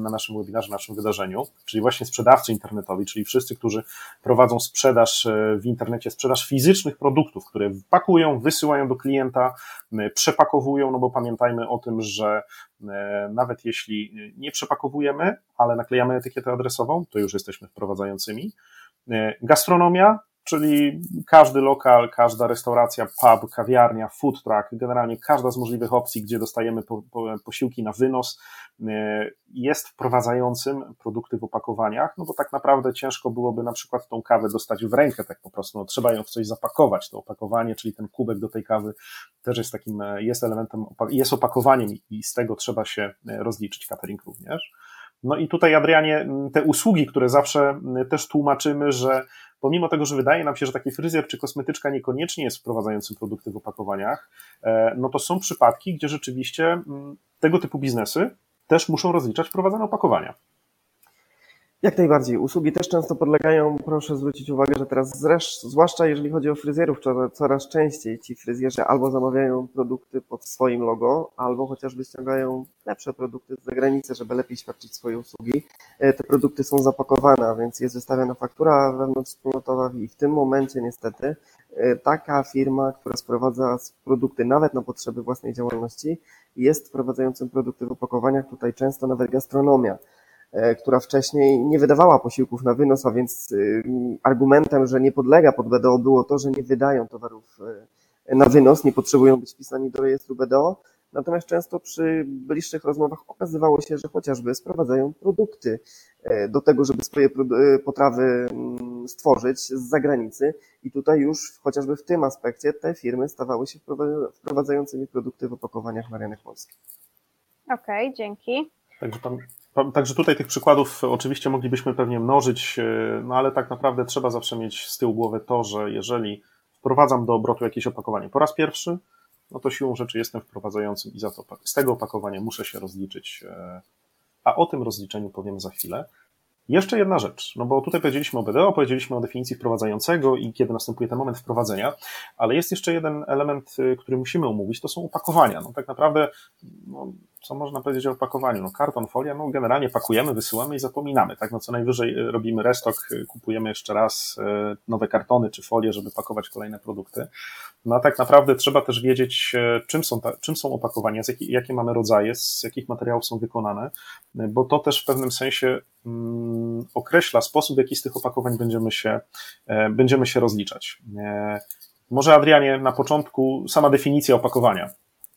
na naszym wydarzeniu, czyli właśnie sprzedawcy internetowi, czyli wszyscy, którzy prowadzą sprzedaż w internecie, sprzedaż fizycznych produktów, które pakują, wysyłają do klienta, przepakowują, no bo pamiętajmy o tym, że nawet jeśli nie przepakowujemy, ale naklejamy etykietę adresową, to już jesteśmy wprowadzającymi. Gastronomia, czyli każdy lokal, każda restauracja, pub, kawiarnia, food truck, generalnie każda z możliwych opcji, gdzie dostajemy posiłki na wynos, jest wprowadzającym produkty w opakowaniach, no bo tak naprawdę ciężko byłoby na przykład tą kawę dostać w rękę tak po prostu, no trzeba ją w coś zapakować, to opakowanie, czyli ten kubek do tej kawy też jest takim, jest elementem, jest opakowaniem i z tego trzeba się rozliczyć, catering również. No i tutaj, Adrianie, te usługi, które zawsze też tłumaczymy, że pomimo tego, że wydaje nam się, że taki fryzjer czy kosmetyczka niekoniecznie jest wprowadzającym produkty w opakowaniach, no to są przypadki, gdzie rzeczywiście tego typu biznesy też muszą rozliczać wprowadzane opakowania. Jak najbardziej. Usługi też często podlegają. Proszę zwrócić uwagę, że teraz zwłaszcza jeżeli chodzi o fryzjerów, coraz częściej ci fryzjerzy albo zamawiają produkty pod swoim logo, albo chociażby ściągają lepsze produkty z zagranicy, żeby lepiej świadczyć swoje usługi. Te produkty są zapakowane, a więc jest wystawiana faktura wewnątrzwspólnotowa i w tym momencie niestety taka firma, która sprowadza produkty nawet na potrzeby własnej działalności, jest wprowadzającym produkty w opakowaniach, tutaj często nawet gastronomia, która wcześniej nie wydawała posiłków na wynos, a więc argumentem, że nie podlega pod BDO było to, że nie wydają towarów na wynos, nie potrzebują być wpisani do rejestru BDO. Natomiast często przy bliższych rozmowach okazywało się, że chociażby sprowadzają produkty do tego, żeby swoje potrawy stworzyć z zagranicy i tutaj już chociażby w tym aspekcie te firmy stawały się wprowadzającymi produkty w opakowaniach na rynek polski. Okej, dzięki. Także tutaj tych przykładów oczywiście moglibyśmy pewnie mnożyć, no ale tak naprawdę trzeba zawsze mieć z tyłu głowy to, że jeżeli wprowadzam do obrotu jakieś opakowanie po raz pierwszy, no to siłą rzeczy jestem wprowadzającym i za to z tego opakowania muszę się rozliczyć, a o tym rozliczeniu powiem za chwilę. Jeszcze jedna rzecz, no bo tutaj powiedzieliśmy o BDO, powiedzieliśmy o definicji wprowadzającego i kiedy następuje ten moment wprowadzenia, ale jest jeszcze jeden element, który musimy omówić, to są opakowania. No tak naprawdę, no, co można powiedzieć o opakowaniu? No karton, folia, no generalnie pakujemy, wysyłamy i zapominamy, tak? No co najwyżej robimy restock, kupujemy jeszcze raz nowe kartony czy folie, żeby pakować kolejne produkty. No a tak naprawdę trzeba też wiedzieć, czym są opakowania, jakie mamy rodzaje, z jakich materiałów są wykonane, bo to też w pewnym sensie określa sposób, w jaki z tych opakowań będziemy się rozliczać. Może Adrianie, na początku sama definicja opakowania.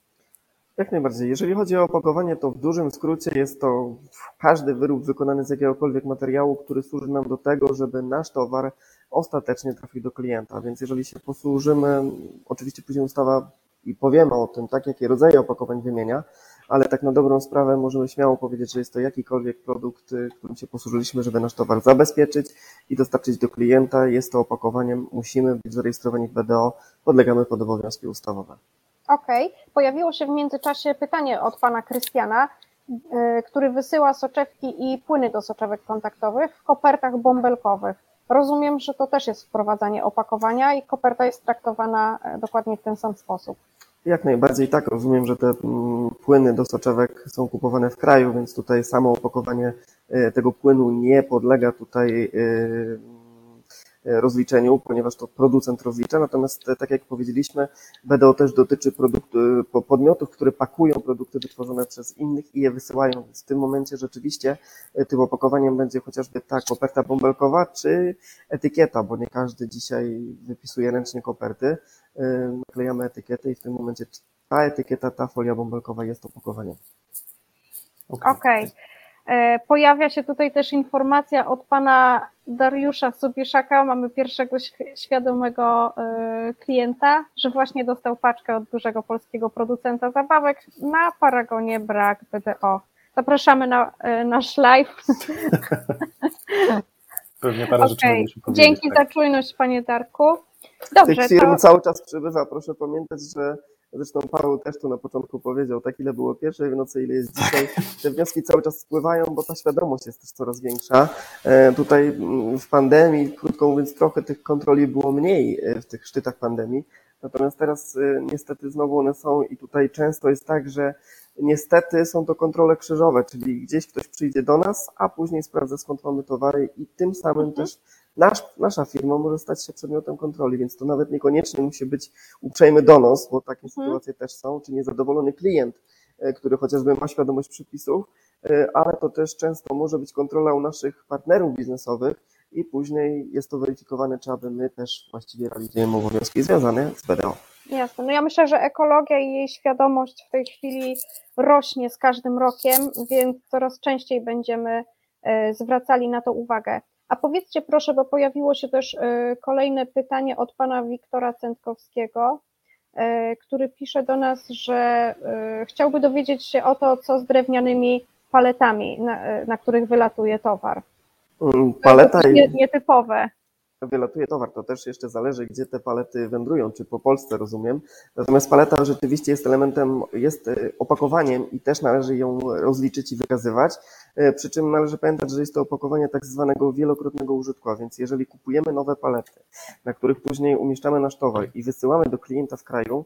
Jak najbardziej. Jeżeli chodzi o opakowanie, to w dużym skrócie jest to każdy wyrób wykonany z jakiegokolwiek materiału, który służy nam do tego, żeby nasz towar ostatecznie trafił do klienta. Więc jeżeli się posłużymy, oczywiście później ustawa i powiemy o tym, tak, jakie rodzaje opakowań wymienia, ale tak na dobrą sprawę możemy śmiało powiedzieć, że jest to jakikolwiek produkt, którym się posłużyliśmy, żeby nasz towar zabezpieczyć i dostarczyć do klienta. Jest to opakowaniem, musimy być zarejestrowani w BDO, podlegamy pod obowiązki ustawowe. Okej. Pojawiło się w międzyczasie pytanie od pana Krystiana, który wysyła soczewki i płyny do soczewek kontaktowych w kopertach bąbelkowych. Rozumiem, że to też jest wprowadzanie opakowania i koperta jest traktowana dokładnie w ten sam sposób. Jak najbardziej tak. Rozumiem, że te płyny do soczewek są kupowane w kraju, więc tutaj samo opakowanie tego płynu nie podlega tutaj rozliczeniu, ponieważ to producent rozlicza, natomiast tak jak powiedzieliśmy, BDO też dotyczy podmiotów, które pakują produkty wytworzone przez innych i je wysyłają, więc w tym momencie rzeczywiście tym opakowaniem będzie chociażby ta koperta bąbelkowa czy etykieta, bo nie każdy dzisiaj wypisuje ręcznie koperty, naklejamy etykietę i w tym momencie ta etykieta, ta folia bąbelkowa jest opakowaniem. Okej. Pojawia się tutaj też informacja od pana Dariusza Sobieszaka, mamy pierwszego świadomego klienta, że właśnie dostał paczkę od dużego polskiego producenta zabawek. Na Paragonie brak BDO. Zapraszamy na nasz live. Pewnie parę rzeczy mogliśmy powiedzieć. Dzięki za czujność, panie Darku. Dobrze, tych firm cały czas przybywa, proszę pamiętać, że zresztą Paweł też tu na początku powiedział, tak ile było pierwszej w nocy, ile jest dzisiaj. Te wnioski cały czas spływają, bo ta świadomość jest też coraz większa. Tutaj w pandemii, krótko mówiąc, trochę tych kontroli było mniej w tych szczytach pandemii. Natomiast teraz niestety znowu one są i tutaj często jest tak, że niestety są to kontrole krzyżowe, czyli gdzieś ktoś przyjdzie do nas, a później sprawdza, skąd mamy towary i tym samym też nasza firma może stać się przedmiotem kontroli, więc to nawet niekoniecznie musi być uprzejmy donos, bo takie sytuacje też są, czy niezadowolony klient, który chociażby ma świadomość przepisów, ale to też często może być kontrola u naszych partnerów biznesowych i później jest to weryfikowane, czy aby my też właściwie realizujemy obowiązki związane z BDO. Jasne. No ja myślę, że ekologia i jej świadomość w tej chwili rośnie z każdym rokiem, więc coraz częściej będziemy zwracali na to uwagę. A powiedzcie proszę, bo pojawiło się też kolejne pytanie od pana Wiktora Cętkowskiego, który pisze do nas, że chciałby dowiedzieć się o to, co z drewnianymi paletami, na których wylatuje towar. Paleta nietypowe. wylatuje towar. To też jeszcze zależy, gdzie te palety wędrują, czy po Polsce, rozumiem. Natomiast paleta rzeczywiście jest elementem, jest opakowaniem i też należy ją rozliczyć i wykazywać. Przy czym należy pamiętać, że jest to opakowanie tak zwanego wielokrotnego użytku, a więc jeżeli kupujemy nowe palety, na których później umieszczamy nasz towar i wysyłamy do klienta w kraju,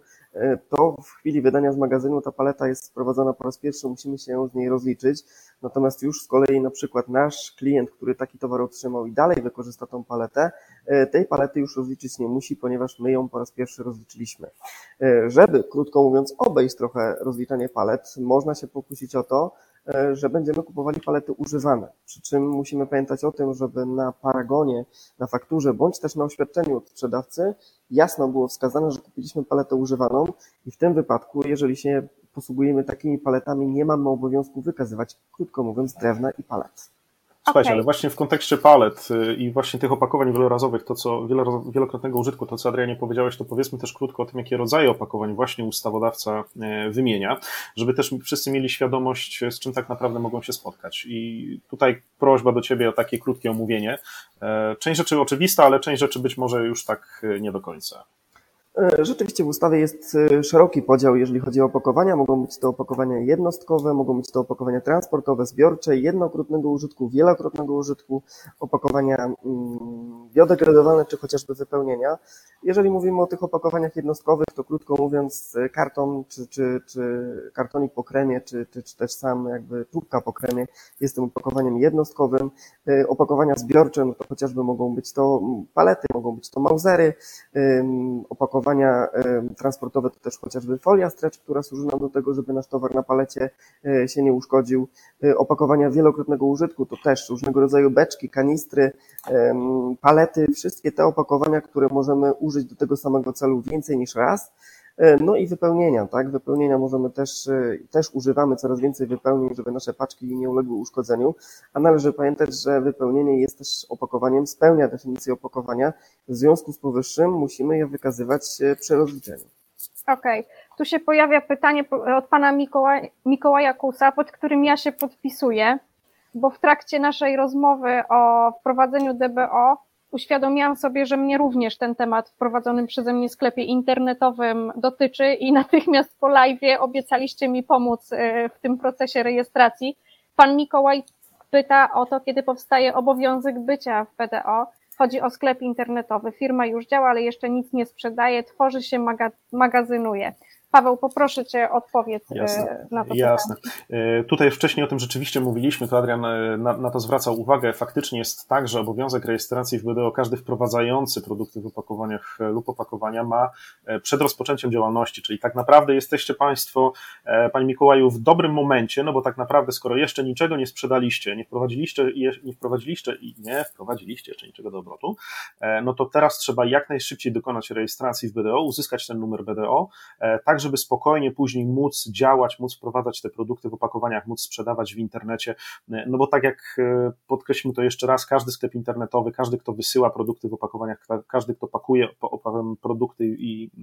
to w chwili wydania z magazynu ta paleta jest sprowadzona po raz pierwszy, musimy się z niej rozliczyć. Natomiast już z kolei na przykład nasz klient, który taki towar otrzymał i dalej wykorzysta tą paletę, tej palety już rozliczyć nie musi, ponieważ my ją po raz pierwszy rozliczyliśmy. Żeby, krótko mówiąc, obejść trochę rozliczanie palet, można się pokusić o to, że będziemy kupowali palety używane. Przy czym musimy pamiętać o tym, żeby na paragonie, na fakturze bądź też na oświadczeniu od sprzedawcy jasno było wskazane, że kupiliśmy paletę używaną i w tym wypadku, jeżeli się posługujemy takimi paletami, nie mamy obowiązku wykazywać, krótko mówiąc, drewna i palet. Słuchajcie, ale właśnie w kontekście palet i właśnie tych opakowań wielorazowych, to co wielokrotnego użytku, to co Adrianie powiedziałeś, to powiedzmy też krótko o tym, jakie rodzaje opakowań właśnie ustawodawca wymienia, żeby też wszyscy mieli świadomość, z czym tak naprawdę mogą się spotkać. I tutaj prośba do Ciebie o takie krótkie omówienie. Część rzeczy oczywista, ale część rzeczy być może już tak nie do końca. Rzeczywiście w ustawie jest szeroki podział, jeżeli chodzi o opakowania. Mogą być to opakowania jednostkowe, mogą być to opakowania transportowe, zbiorcze, jednokrotnego użytku, wielokrotnego użytku, opakowania biodegradowane czy chociażby wypełnienia. Jeżeli mówimy o tych opakowaniach jednostkowych, to krótko mówiąc karton czy kartonik po kremie, czy też sam jakby tubka po kremie jest tym opakowaniem jednostkowym. Opakowania zbiorcze, no to chociażby mogą być to palety, mogą być to mausery, opakowania transportowe to też chociażby folia stretch, która służy nam do tego, żeby nasz towar na palecie się nie uszkodził. Opakowania wielokrotnego użytku to też różnego rodzaju beczki, kanistry, palety, wszystkie te opakowania, które możemy użyć do tego samego celu więcej niż raz. No i wypełnienia, tak? Wypełnienia możemy też używamy coraz więcej wypełnień, żeby nasze paczki nie uległy uszkodzeniu, a należy pamiętać, że wypełnienie jest też opakowaniem, spełnia definicję opakowania, w związku z powyższym musimy je wykazywać przy rozliczeniu. Okej. Tu się pojawia pytanie od pana Mikołaja Kusa, pod którym ja się podpisuję, bo w trakcie naszej rozmowy o wprowadzeniu DBO uświadomiłam sobie, że mnie również ten temat w prowadzonym przeze mnie sklepie internetowym dotyczy i natychmiast po live'ie obiecaliście mi pomóc w tym procesie rejestracji. Pan Mikołaj pyta o to, kiedy powstaje obowiązek bycia w BDO. Chodzi o sklep internetowy. Firma już działa, ale jeszcze nic nie sprzedaje, tworzy się, magazynuje. Paweł, poproszę Cię, odpowiedz na to pytanie. Jasne. Tutaj wcześniej o tym rzeczywiście mówiliśmy, to Adrian na to zwracał uwagę. Faktycznie jest tak, że obowiązek rejestracji w BDO każdy wprowadzający produkty w opakowaniach lub opakowania ma przed rozpoczęciem działalności, czyli tak naprawdę jesteście Państwo, Panie Mikołaju, w dobrym momencie, no bo tak naprawdę skoro jeszcze niczego nie sprzedaliście, nie wprowadziliście jeszcze niczego do obrotu, no to teraz trzeba jak najszybciej dokonać rejestracji w BDO, uzyskać ten numer BDO, tak żeby spokojnie później móc działać, móc wprowadzać te produkty w opakowaniach, móc sprzedawać w internecie, no bo tak jak podkreślmy to jeszcze raz, każdy sklep internetowy, każdy kto wysyła produkty w opakowaniach, każdy kto pakuje produkty i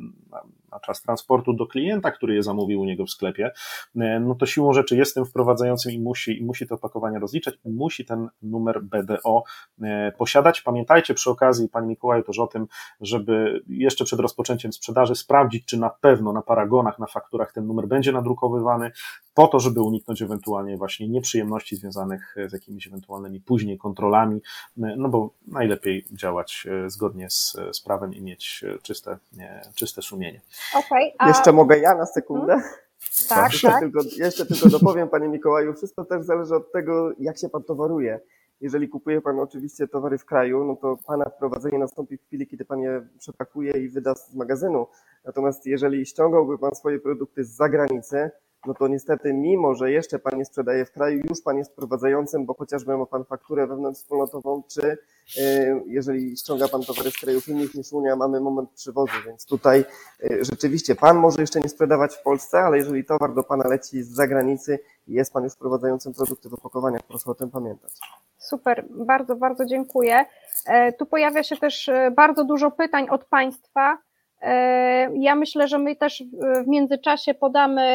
na czas transportu do klienta, który je zamówił u niego w sklepie, no to siłą rzeczy jest tym wprowadzającym i musi te opakowania rozliczać i musi ten numer BDO posiadać. Pamiętajcie przy okazji, Panie Mikołaju, też o tym, żeby jeszcze przed rozpoczęciem sprzedaży sprawdzić, czy na pewno na paragonach, na fakturach ten numer będzie nadrukowywany, po to, żeby uniknąć ewentualnie właśnie nieprzyjemności związanych z jakimiś ewentualnymi później kontrolami, no bo najlepiej działać zgodnie z prawem i mieć czyste sumienie. Okay, Jeszcze mogę ja na sekundę? Tak, Jeszcze tylko dopowiem, Panie Mikołaju, wszystko też zależy od tego, jak się Pan towaruje. Jeżeli kupuje Pan oczywiście towary w kraju, no to Pana wprowadzenie nastąpi w chwili, kiedy Pan je przepakuje i wyda z magazynu. Natomiast jeżeli ściągałby Pan swoje produkty z zagranicy, no to niestety mimo, że jeszcze Pan nie sprzedaje w kraju, już Pan jest wprowadzającym, bo chociażby ma Pan fakturę wewnątrzwspólnotową, czy jeżeli ściąga Pan towary z krajów innych niż Unia, mamy moment przywozu, więc tutaj rzeczywiście Pan może jeszcze nie sprzedawać w Polsce, ale jeżeli towar do Pana leci z zagranicy, jest Pan już wprowadzającym produkty w opakowaniach, proszę o tym pamiętać. Super, bardzo, bardzo dziękuję. Tu pojawia się też bardzo dużo pytań od Państwa. Ja myślę, że my też w międzyczasie podamy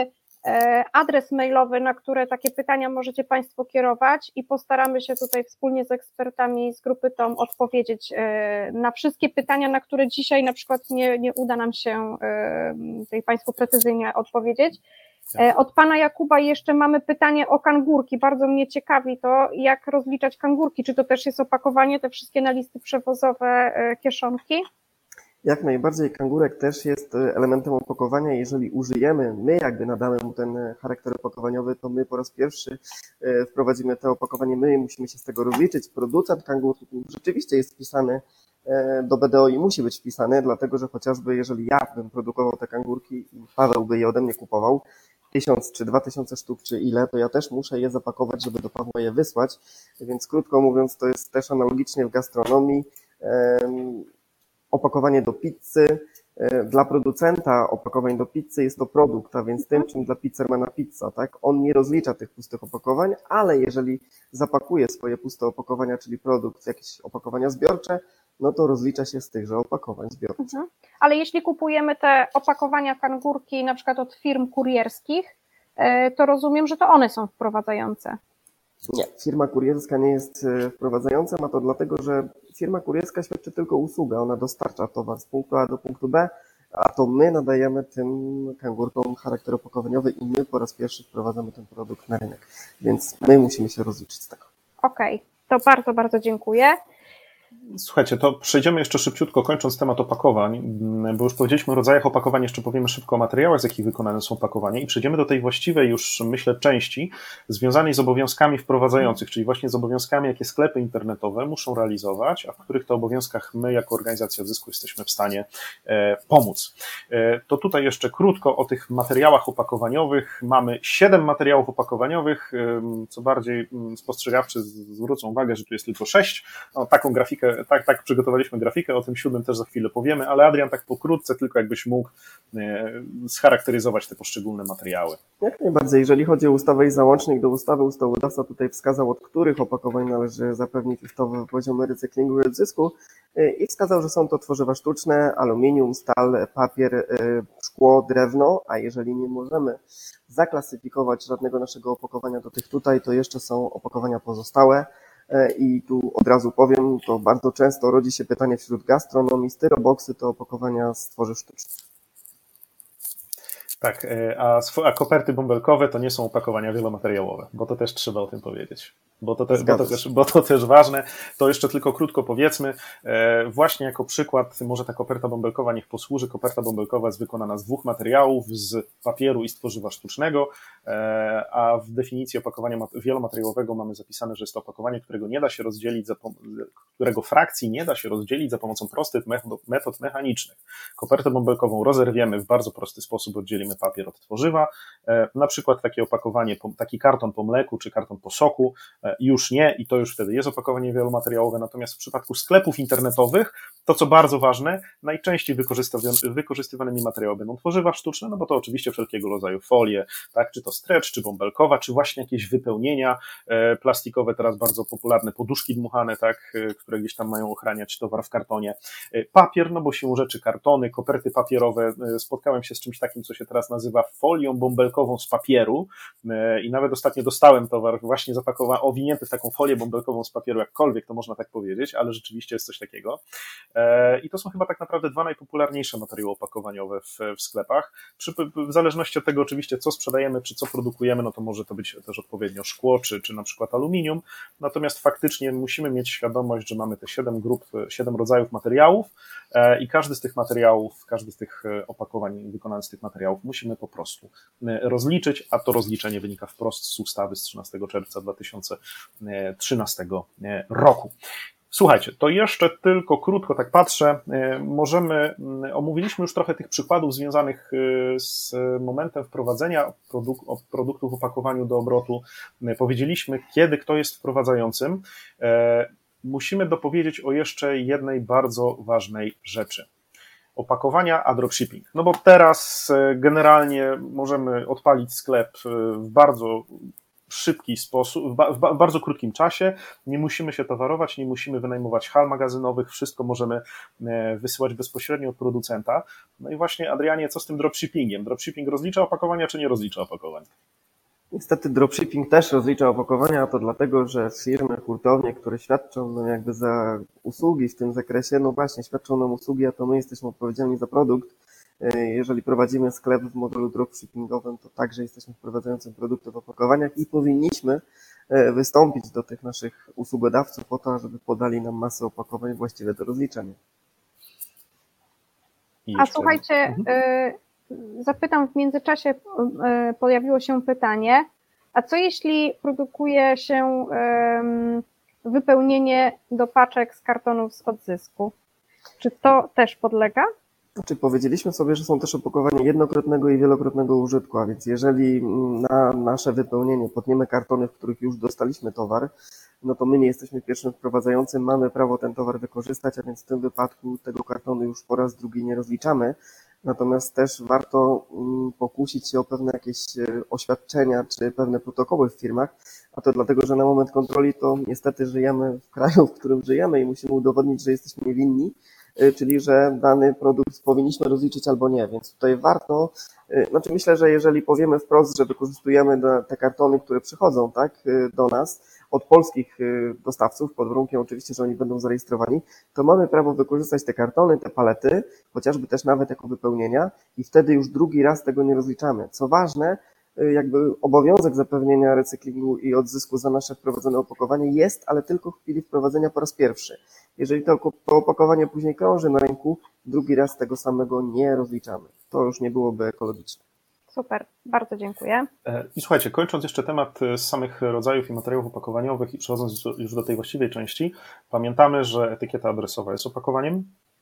adres mailowy, na które takie pytania możecie Państwo kierować i postaramy się tutaj wspólnie z ekspertami z grupy TOM odpowiedzieć na wszystkie pytania, na które dzisiaj na przykład nie uda nam się tutaj Państwu precyzyjnie odpowiedzieć. Od Pana Jakuba jeszcze mamy pytanie o kangurki. Bardzo mnie ciekawi to, jak rozliczać kangurki. Czy to też jest opakowanie, te wszystkie na listy przewozowe, kieszonki? Jak najbardziej, kangurek też jest elementem opakowania. Jeżeli użyjemy, my jakby nadamy mu ten charakter opakowaniowy, to my po raz pierwszy wprowadzimy to opakowanie, my musimy się z tego rozliczyć. Producent kangurków rzeczywiście jest wpisany do BDO i musi być wpisany, dlatego że chociażby jeżeli ja bym produkował te kangurki i Paweł by je ode mnie kupował, 1000 czy 2000 sztuk, czy ile, to ja też muszę je zapakować, żeby do Pawła je wysłać, więc krótko mówiąc, to jest też analogicznie w gastronomii. Opakowanie do pizzy, dla producenta opakowań do pizzy jest to produkt, a więc tym, czym dla pizzermana pizza, tak? On nie rozlicza tych pustych opakowań, ale jeżeli zapakuje swoje puste opakowania, czyli produkt w jakieś opakowania zbiorcze, no to rozlicza się z tychże opakowań zbiorczych. Ale jeśli kupujemy te opakowania kangurki na przykład od firm kurierskich, to rozumiem, że to one są wprowadzające. Nie, firma kurierska nie jest wprowadzająca, ma to dlatego, że firma kurierska świadczy tylko usługę, ona dostarcza towar z punktu A do punktu B, a to my nadajemy tym kangurkom charakter opakowaniowy i my po raz pierwszy wprowadzamy ten produkt na rynek, więc my musimy się rozliczyć z tego. Okej, to bardzo, bardzo dziękuję. Słuchajcie, to przejdziemy jeszcze szybciutko, kończąc temat opakowań, bo już powiedzieliśmy o rodzajach opakowań, jeszcze powiemy szybko o materiałach, z jakich wykonane są opakowania i przejdziemy do tej właściwej już, myślę, części związanej z obowiązkami wprowadzających, czyli właśnie z obowiązkami, jakie sklepy internetowe muszą realizować, a w których to obowiązkach my jako organizacja zysku jesteśmy w stanie pomóc. To tutaj jeszcze krótko o tych materiałach opakowaniowych. Mamy 7 materiałów opakowaniowych, co bardziej spostrzegawczy zwrócą uwagę, że tu jest tylko 6. No, taką grafikę, tak przygotowaliśmy grafikę, o tym 7 też za chwilę powiemy, ale Adrian, tak pokrótce, tylko jakbyś mógł scharakteryzować te poszczególne materiały. Jak najbardziej. Jeżeli chodzi o ustawę i załącznik do ustawy, ustawodawca tutaj wskazał, od których opakowań należy zapewnić ustawowe poziomy recyklingu i odzysku i wskazał, że są to tworzywa sztuczne, aluminium, stal, papier, szkło, drewno, a jeżeli nie możemy zaklasyfikować żadnego naszego opakowania do tych tutaj, to jeszcze są opakowania pozostałe. I tu od razu powiem, to bardzo często rodzi się pytanie wśród gastronomii, styroboksy to opakowania z tworzyw sztucznych. Tak, a koperty bąbelkowe to nie są opakowania wielomateriałowe, bo to też trzeba o tym powiedzieć. Bo to też ważne. To jeszcze tylko krótko powiedzmy. Właśnie jako przykład, może ta koperta bąbelkowa niech posłuży. Koperta bąbelkowa jest wykonana z 2 materiałów, z papieru i z tworzywa sztucznego, a w definicji opakowania wielomateriałowego mamy zapisane, że jest to opakowanie, którego nie da się rozdzielić, którego frakcji nie da się rozdzielić za pomocą prostych metod mechanicznych. Kopertę bąbelkową rozerwiemy w bardzo prosty sposób, oddzielimy papier od tworzywa. Na przykład takie opakowanie, taki karton po mleku czy karton po soku już nie i to już wtedy jest opakowanie wielomateriałowe, natomiast w przypadku sklepów internetowych, to co bardzo ważne, najczęściej wykorzystywanymi materiałami będą tworzywa sztuczne, no bo to oczywiście wszelkiego rodzaju folie, tak, czy to stretch, czy bąbelkowa, czy właśnie jakieś wypełnienia plastikowe, teraz bardzo popularne poduszki dmuchane, tak, które gdzieś tam mają ochraniać towar w kartonie. Papier, no bo siłą rzeczy kartony, koperty papierowe, spotkałem się z czymś takim, co się teraz nazywa folią bąbelkową z papieru i nawet ostatnio dostałem towar właśnie zapakowany, owinięty w taką folię bąbelkową z papieru, jakkolwiek to można tak powiedzieć, ale rzeczywiście jest coś takiego. I to są chyba tak naprawdę 2 najpopularniejsze materiały opakowaniowe w sklepach. W zależności od tego oczywiście, co sprzedajemy, czy co produkujemy, no to może to być też odpowiednio szkło, czy na przykład aluminium. Natomiast faktycznie musimy mieć świadomość, że mamy te 7 grup, 7 rodzajów materiałów i każdy z tych materiałów, każdy z tych opakowań wykonany z tych materiałów musimy po prostu rozliczyć, a to rozliczenie wynika wprost z ustawy z 13 czerwca 2013 roku. Słuchajcie, to jeszcze tylko krótko tak patrzę, omówiliśmy już trochę tych przykładów związanych z momentem wprowadzenia produktów w opakowaniu do obrotu, powiedzieliśmy, kiedy kto jest wprowadzającym. Musimy dopowiedzieć o jeszcze jednej bardzo ważnej rzeczy. Opakowania a dropshipping. No bo teraz generalnie możemy odpalić sklep w bardzo szybki sposób, w bardzo krótkim czasie. Nie musimy się towarować, nie musimy wynajmować hal magazynowych, wszystko możemy wysyłać bezpośrednio od producenta. No i właśnie, Adrianie, co z tym dropshippingiem? Dropshipping rozlicza opakowania, czy nie rozlicza opakowań? Niestety dropshipping też rozlicza opakowania, a to dlatego, że firmy, hurtownie, które świadczą nam jakby za usługi w tym zakresie, no właśnie świadczą nam usługi, a to my jesteśmy odpowiedzialni za produkt. Jeżeli prowadzimy sklep w modelu dropshippingowym, to także jesteśmy wprowadzającym produkty w opakowaniach i powinniśmy wystąpić do tych naszych usługodawców po to, żeby podali nam masę opakowań właściwe do rozliczenia. A słuchajcie, zapytam, w międzyczasie pojawiło się pytanie, a co jeśli produkuje się wypełnienie do paczek z kartonów z odzysku? Czy to też podlega? Znaczy powiedzieliśmy sobie, że są też opakowania jednokrotnego i wielokrotnego użytku, a więc jeżeli na nasze wypełnienie potniemy kartony, w których już dostaliśmy towar, no to my nie jesteśmy pierwszym wprowadzającym, mamy prawo ten towar wykorzystać, a więc w tym wypadku tego kartonu już po raz drugi nie rozliczamy. Natomiast też warto pokusić się o pewne jakieś oświadczenia czy pewne protokoły w firmach, a to dlatego, że na moment kontroli to niestety żyjemy w kraju, w którym żyjemy i musimy udowodnić, że jesteśmy niewinni, czyli że dany produkt powinniśmy rozliczyć albo nie, więc tutaj warto, znaczy myślę, że jeżeli powiemy wprost, że wykorzystujemy te kartony, które przychodzą tak, do nas od polskich dostawców, pod warunkiem oczywiście, że oni będą zarejestrowani, to mamy prawo wykorzystać te kartony, te palety, chociażby też nawet jako wypełnienia i wtedy już drugi raz tego nie rozliczamy. Co ważne, jakby obowiązek zapewnienia recyklingu i odzysku za nasze wprowadzone opakowanie jest, ale tylko w chwili wprowadzenia po raz pierwszy. Jeżeli to opakowanie później krąży na rynku, drugi raz tego samego nie rozliczamy. To już nie byłoby ekologiczne. Super, bardzo dziękuję. I słuchajcie, kończąc jeszcze temat z samych rodzajów i materiałów opakowaniowych i przechodząc już do tej właściwej części, pamiętamy, że etykieta adresowa jest opakowaniem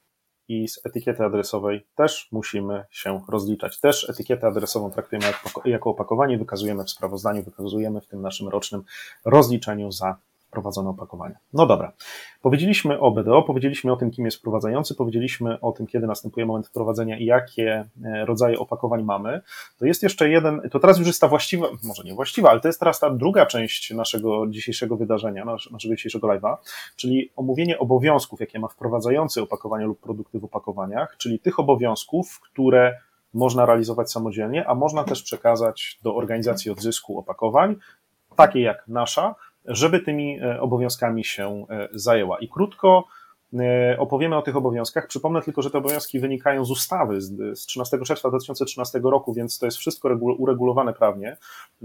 i z etykiety adresowej też musimy się rozliczać. Też etykietę adresową traktujemy jako opakowanie, wykazujemy w sprawozdaniu, wykazujemy w tym naszym rocznym rozliczeniu za wprowadzone opakowania. No dobra, powiedzieliśmy o BDO, powiedzieliśmy o tym, kim jest wprowadzający, powiedzieliśmy o tym, kiedy następuje moment wprowadzenia i jakie rodzaje opakowań mamy. To jest jeszcze jeden, to teraz już jest ta właściwa, może nie właściwa, ale to jest teraz ta druga część naszego dzisiejszego wydarzenia, naszego dzisiejszego live'a, czyli omówienie obowiązków, jakie ma wprowadzający opakowania lub produkty w opakowaniach, czyli tych obowiązków, które można realizować samodzielnie, a można też przekazać do organizacji odzysku opakowań, takiej jak nasza, żeby tymi obowiązkami się zajęła. I krótko opowiemy o tych obowiązkach. Przypomnę tylko, że te obowiązki wynikają z ustawy z 13 czerwca 2013 roku, więc to jest wszystko uregulowane prawnie.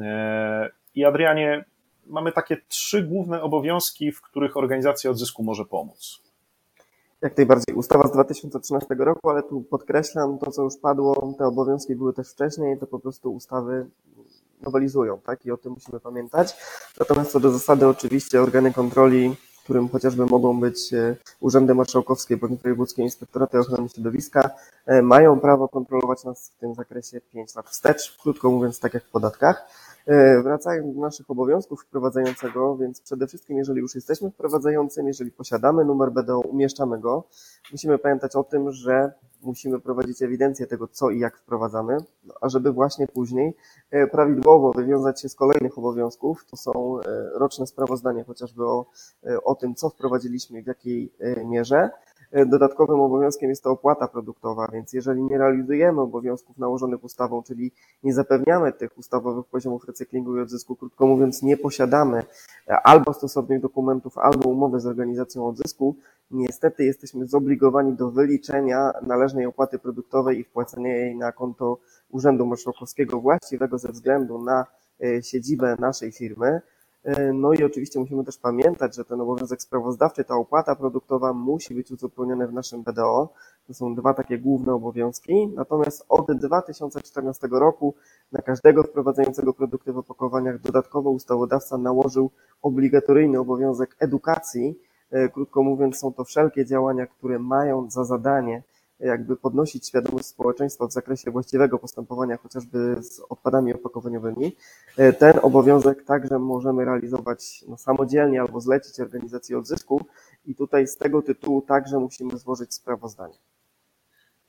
I Adrianie, mamy takie 3 główne obowiązki, w których organizacja odzysku może pomóc. Jak najbardziej. Ustawa z 2013 roku, ale tu podkreślam to, co już padło, te obowiązki były też wcześniej, to po prostu ustawy nowelizują, tak? I o tym musimy pamiętać. Natomiast co do zasady, oczywiście organy kontroli, którym chociażby mogą być urzędy marszałkowskie bądź wojewódzkie inspektoraty ochrony środowiska, mają prawo kontrolować nas w tym zakresie 5 lat wstecz, krótko mówiąc, tak jak w podatkach. Wracając do naszych obowiązków wprowadzającego, więc przede wszystkim, jeżeli już jesteśmy wprowadzającym, jeżeli posiadamy numer BDO, umieszczamy go, musimy pamiętać o tym, że musimy prowadzić ewidencję tego, co i jak wprowadzamy, a żeby właśnie później prawidłowo wywiązać się z kolejnych obowiązków, to są roczne sprawozdania chociażby o tym, co wprowadziliśmy i w jakiej mierze. Dodatkowym obowiązkiem jest to opłata produktowa, więc jeżeli nie realizujemy obowiązków nałożonych ustawą, czyli nie zapewniamy tych ustawowych poziomów recyklingu i odzysku, krótko mówiąc nie posiadamy albo stosownych dokumentów, albo umowy z organizacją odzysku, niestety jesteśmy zobligowani do wyliczenia należnej opłaty produktowej i wpłacenia jej na konto Urzędu Marszałkowskiego właściwego ze względu na siedzibę naszej firmy. No i oczywiście musimy też pamiętać, że ten obowiązek sprawozdawczy, ta opłata produktowa musi być uzupełniona w naszym BDO. To są 2 takie główne obowiązki. Natomiast od 2014 roku na każdego wprowadzającego produkty w opakowaniach dodatkowo ustawodawca nałożył obligatoryjny obowiązek edukacji. Krótko mówiąc, są to wszelkie działania, które mają za zadanie jakby podnosić świadomość społeczeństwa w zakresie właściwego postępowania chociażby z odpadami opakowaniowymi. Ten obowiązek także możemy realizować samodzielnie albo zlecić organizacji odzysku i tutaj z tego tytułu także musimy złożyć sprawozdanie.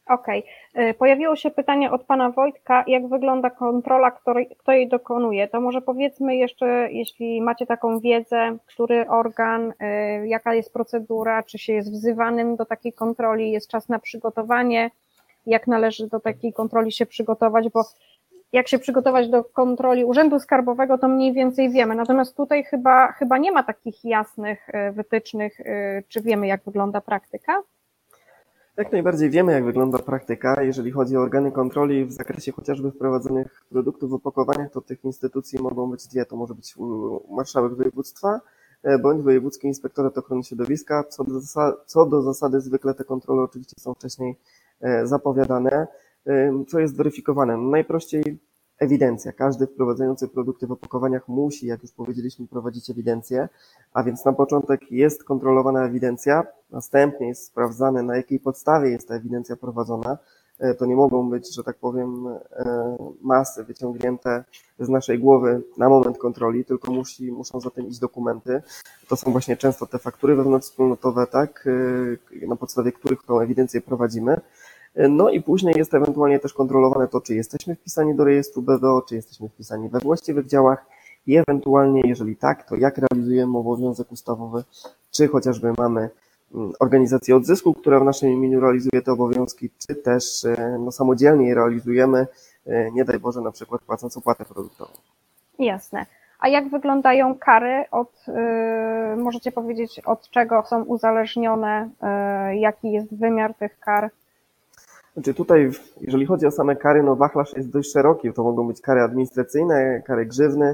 Okej. Pojawiło się pytanie od pana Wojtka, jak wygląda kontrola, kto jej dokonuje. To może powiedzmy jeszcze, jeśli macie taką wiedzę, który organ, jaka jest procedura, czy się jest wzywanym do takiej kontroli, jest czas na przygotowanie, jak należy do takiej kontroli się przygotować, bo jak się przygotować do kontroli Urzędu Skarbowego, to mniej więcej wiemy. Natomiast tutaj chyba nie ma takich jasnych wytycznych, czy wiemy, jak wygląda praktyka? Jak najbardziej wiemy, jak wygląda praktyka. Jeżeli chodzi o organy kontroli w zakresie chociażby wprowadzonych produktów w opakowaniach, to tych instytucji mogą być dwie. To może być marszałek województwa bądź wojewódzki inspektorat ochrony środowiska. Co do zasady zwykle te kontrole oczywiście są wcześniej zapowiadane. Co jest weryfikowane? No najprościej ewidencja. Każdy wprowadzający produkty w opakowaniach musi, jak już powiedzieliśmy, prowadzić ewidencję, a więc na początek jest kontrolowana ewidencja, następnie jest sprawdzane, na jakiej podstawie jest ta ewidencja prowadzona. To nie mogą być, że tak powiem, masy wyciągnięte z naszej głowy na moment kontroli, tylko muszą za tym iść dokumenty. To są właśnie często te faktury wewnątrzwspólnotowe, tak, na podstawie których tą ewidencję prowadzimy. No i później jest ewentualnie też kontrolowane to, czy jesteśmy wpisani do rejestru BDO, czy jesteśmy wpisani we właściwych działach i ewentualnie, jeżeli tak, to jak realizujemy obowiązek ustawowy, czy chociażby mamy organizację odzysku, która w naszym imieniu realizuje te obowiązki, czy też samodzielnie je realizujemy, nie daj Boże, na przykład płacąc opłatę produktową. Jasne. A jak wyglądają kary? Możecie powiedzieć, od czego są uzależnione, jaki jest wymiar tych kar? Znaczy tutaj, jeżeli chodzi o same kary, no wachlarz jest dość szeroki. To mogą być kary administracyjne, kary grzywny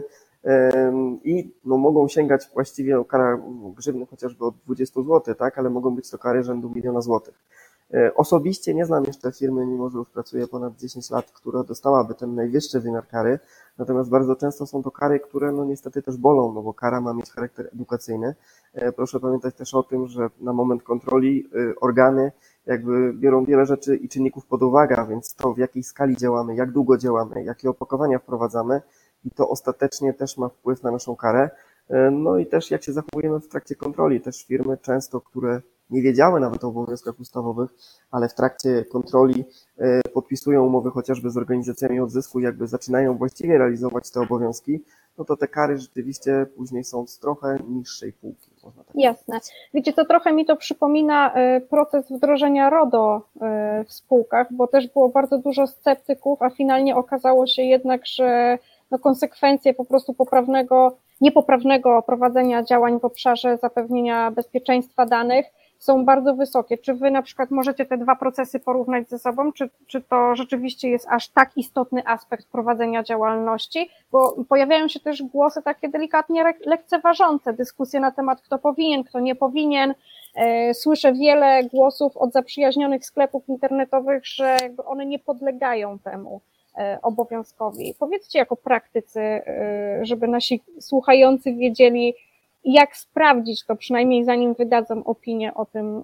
i no mogą sięgać właściwie kara grzywny chociażby od 20 zł, tak, ale mogą być to kary rzędu 1 000 000 złotych. Osobiście nie znam jeszcze firmy, mimo że już pracuję ponad 10 lat, która dostałaby ten najwyższy wymiar kary, natomiast bardzo często są to kary, które no niestety też bolą, no bo kara ma mieć charakter edukacyjny. Proszę pamiętać też o tym, że na moment kontroli organy jakby biorą wiele rzeczy i czynników pod uwagę, a więc to, w jakiej skali działamy, jak długo działamy, jakie opakowania wprowadzamy i to ostatecznie też ma wpływ na naszą karę. No i też jak się zachowujemy w trakcie kontroli. Też firmy często, które nie wiedziały nawet o obowiązkach ustawowych, ale w trakcie kontroli podpisują umowy chociażby z organizacjami odzysku, jakby zaczynają właściwie realizować te obowiązki, no to te kary rzeczywiście później są z trochę niższej półki. Można tak Jasne. Wiecie, to trochę mi to przypomina proces wdrożenia RODO w spółkach, bo też było bardzo dużo sceptyków, a finalnie okazało się jednak, że no konsekwencje po prostu niepoprawnego prowadzenia działań w obszarze zapewnienia bezpieczeństwa danych są bardzo wysokie. Czy wy na przykład możecie te dwa procesy porównać ze sobą? Czy to rzeczywiście jest aż tak istotny aspekt prowadzenia działalności? Bo pojawiają się też głosy takie delikatnie lekceważące, dyskusje na temat kto powinien, kto nie powinien. Słyszę wiele głosów od zaprzyjaźnionych sklepów internetowych, że one nie podlegają temu obowiązkowi. Powiedzcie jako praktycy, żeby nasi słuchający wiedzieli, jak sprawdzić to, przynajmniej zanim wydadzą opinię o tym,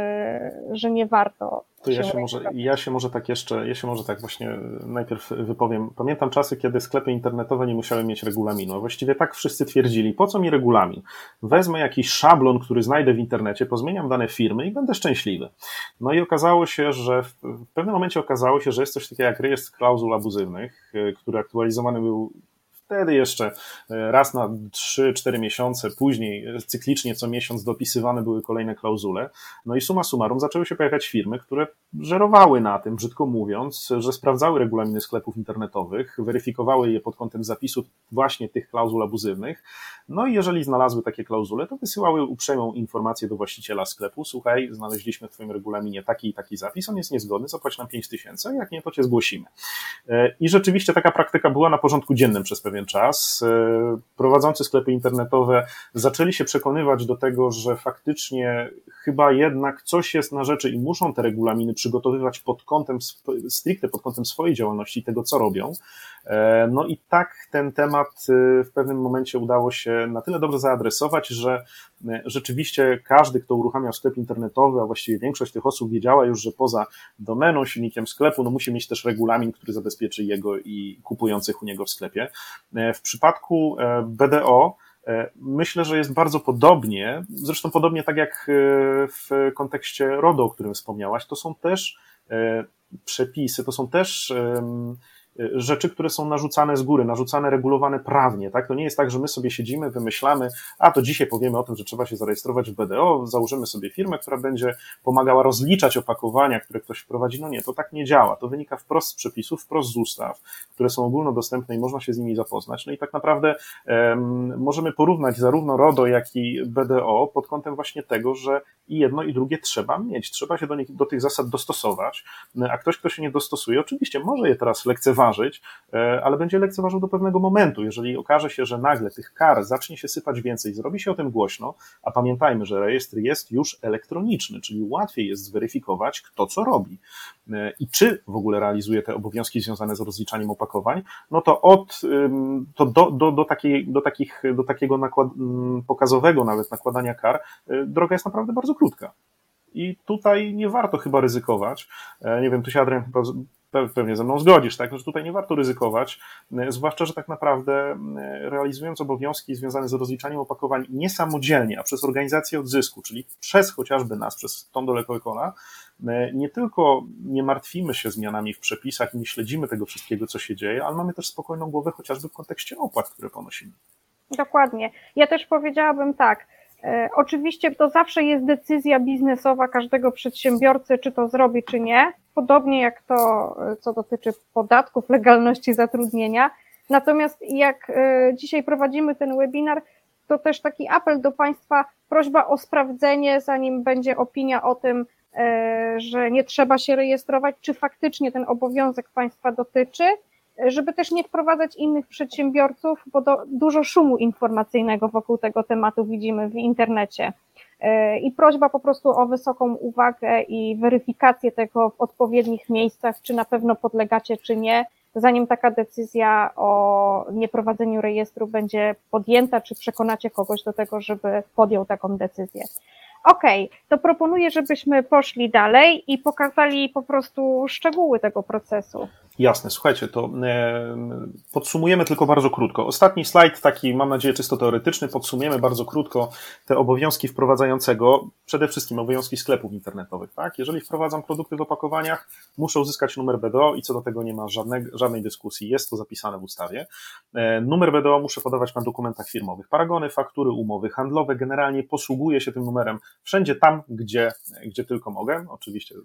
że nie warto. To ja się może tak właśnie najpierw wypowiem. Pamiętam czasy, kiedy sklepy internetowe nie musiały mieć regulaminu, a właściwie tak wszyscy twierdzili, po co mi regulamin? Wezmę jakiś szablon, który znajdę w internecie, pozmieniam dane firmy i będę szczęśliwy. No i okazało się, że w pewnym momencie jest coś takiego jak rejestr klauzul abuzywnych, który aktualizowany był wtedy jeszcze raz na 3-4 miesiące, później cyklicznie co miesiąc dopisywane były kolejne klauzule. No i summa summarum zaczęły się pojawiać firmy, które żerowały na tym, brzydko mówiąc, że sprawdzały regulaminy sklepów internetowych, weryfikowały je pod kątem zapisu właśnie tych klauzul abuzywnych. No i jeżeli znalazły takie klauzule, to wysyłały uprzejmą informację do właściciela sklepu: słuchaj, znaleźliśmy w twoim regulaminie taki i taki zapis, on jest niezgodny, zapłać nam 5000, a jak nie, to cię zgłosimy. I rzeczywiście taka praktyka była na porządku dziennym przez pewien czas. Prowadzący sklepy internetowe zaczęli się przekonywać do tego, że faktycznie chyba jednak coś jest na rzeczy i muszą te regulaminy przygotowywać stricte pod kątem swojej działalności i tego, co robią. No i tak ten temat w pewnym momencie udało się na tyle dobrze zaadresować, że rzeczywiście każdy, kto uruchamiał sklep internetowy, a właściwie większość tych osób wiedziała już, że poza domeną, silnikiem sklepu, no musi mieć też regulamin, który zabezpieczy jego i kupujących u niego w sklepie. W przypadku BDO myślę, że jest bardzo podobnie, zresztą podobnie tak jak w kontekście RODO, o którym wspomniałaś, to są też przepisy to są też rzeczy, które są narzucane z góry, narzucane, regulowane prawnie, tak? To nie jest tak, że my sobie siedzimy, wymyślamy, a to dzisiaj powiemy o tym, że trzeba się zarejestrować w BDO, założymy sobie firmę, która będzie pomagała rozliczać opakowania, które ktoś wprowadzi. No nie, to tak nie działa. To wynika wprost z przepisów, wprost z ustaw, które są ogólnodostępne i można się z nimi zapoznać. No i tak naprawdę możemy porównać zarówno RODO, jak i BDO pod kątem właśnie tego, że i jedno, i drugie trzeba mieć. Trzeba się do tych zasad dostosować, a ktoś, kto się nie dostosuje, oczywiście może je teraz lekceważyć, ale będzie lekceważył do pewnego momentu. Jeżeli okaże się, że nagle tych kar zacznie się sypać więcej, zrobi się o tym głośno, a pamiętajmy, że rejestr jest już elektroniczny, czyli łatwiej jest zweryfikować, kto co robi i czy w ogóle realizuje te obowiązki związane z rozliczaniem opakowań, no to do takiego pokazowego nawet nakładania kar droga jest naprawdę bardzo krótka. I tutaj nie warto chyba ryzykować. Nie wiem, tu się Adrian chyba pewnie ze mną zgodzisz, tak, że tutaj nie warto ryzykować, zwłaszcza, że tak naprawdę realizując obowiązki związane z rozliczaniem opakowań niesamodzielnie, a przez organizację odzysku, czyli przez chociażby nas, przez Tom Daleko Ecola, nie tylko nie martwimy się zmianami w przepisach i nie śledzimy tego wszystkiego, co się dzieje, ale mamy też spokojną głowę chociażby w kontekście opłat, które ponosimy. Dokładnie. Ja też powiedziałabym tak, oczywiście to zawsze jest decyzja biznesowa każdego przedsiębiorcy, czy to zrobi, czy nie, podobnie jak to, co dotyczy podatków, legalności zatrudnienia. Natomiast jak dzisiaj prowadzimy ten webinar, to też taki apel do Państwa, prośba o sprawdzenie, zanim będzie opinia o tym, że nie trzeba się rejestrować, czy faktycznie ten obowiązek Państwa dotyczy, żeby też nie wprowadzać innych przedsiębiorców, bo dużo szumu informacyjnego wokół tego tematu widzimy w internecie. I prośba po prostu o wysoką uwagę i weryfikację tego w odpowiednich miejscach, czy na pewno podlegacie, czy nie, zanim taka decyzja o nieprowadzeniu rejestru będzie podjęta, czy przekonacie kogoś do tego, żeby podjął taką decyzję. Okej, to proponuję, żebyśmy poszli dalej i pokazali po prostu szczegóły tego procesu. Jasne, słuchajcie, to podsumujemy tylko bardzo krótko. Ostatni slajd, taki mam nadzieję czysto teoretyczny, podsumujemy bardzo krótko te obowiązki wprowadzającego, przede wszystkim obowiązki sklepów internetowych. Tak? Jeżeli wprowadzam produkty w opakowaniach, muszę uzyskać numer BDO i co do tego nie ma żadnej dyskusji, jest to zapisane w ustawie. Numer BDO muszę podawać na dokumentach firmowych. Paragony, faktury, umowy handlowe, generalnie posługuję się tym numerem wszędzie tam, gdzie tylko mogę, oczywiście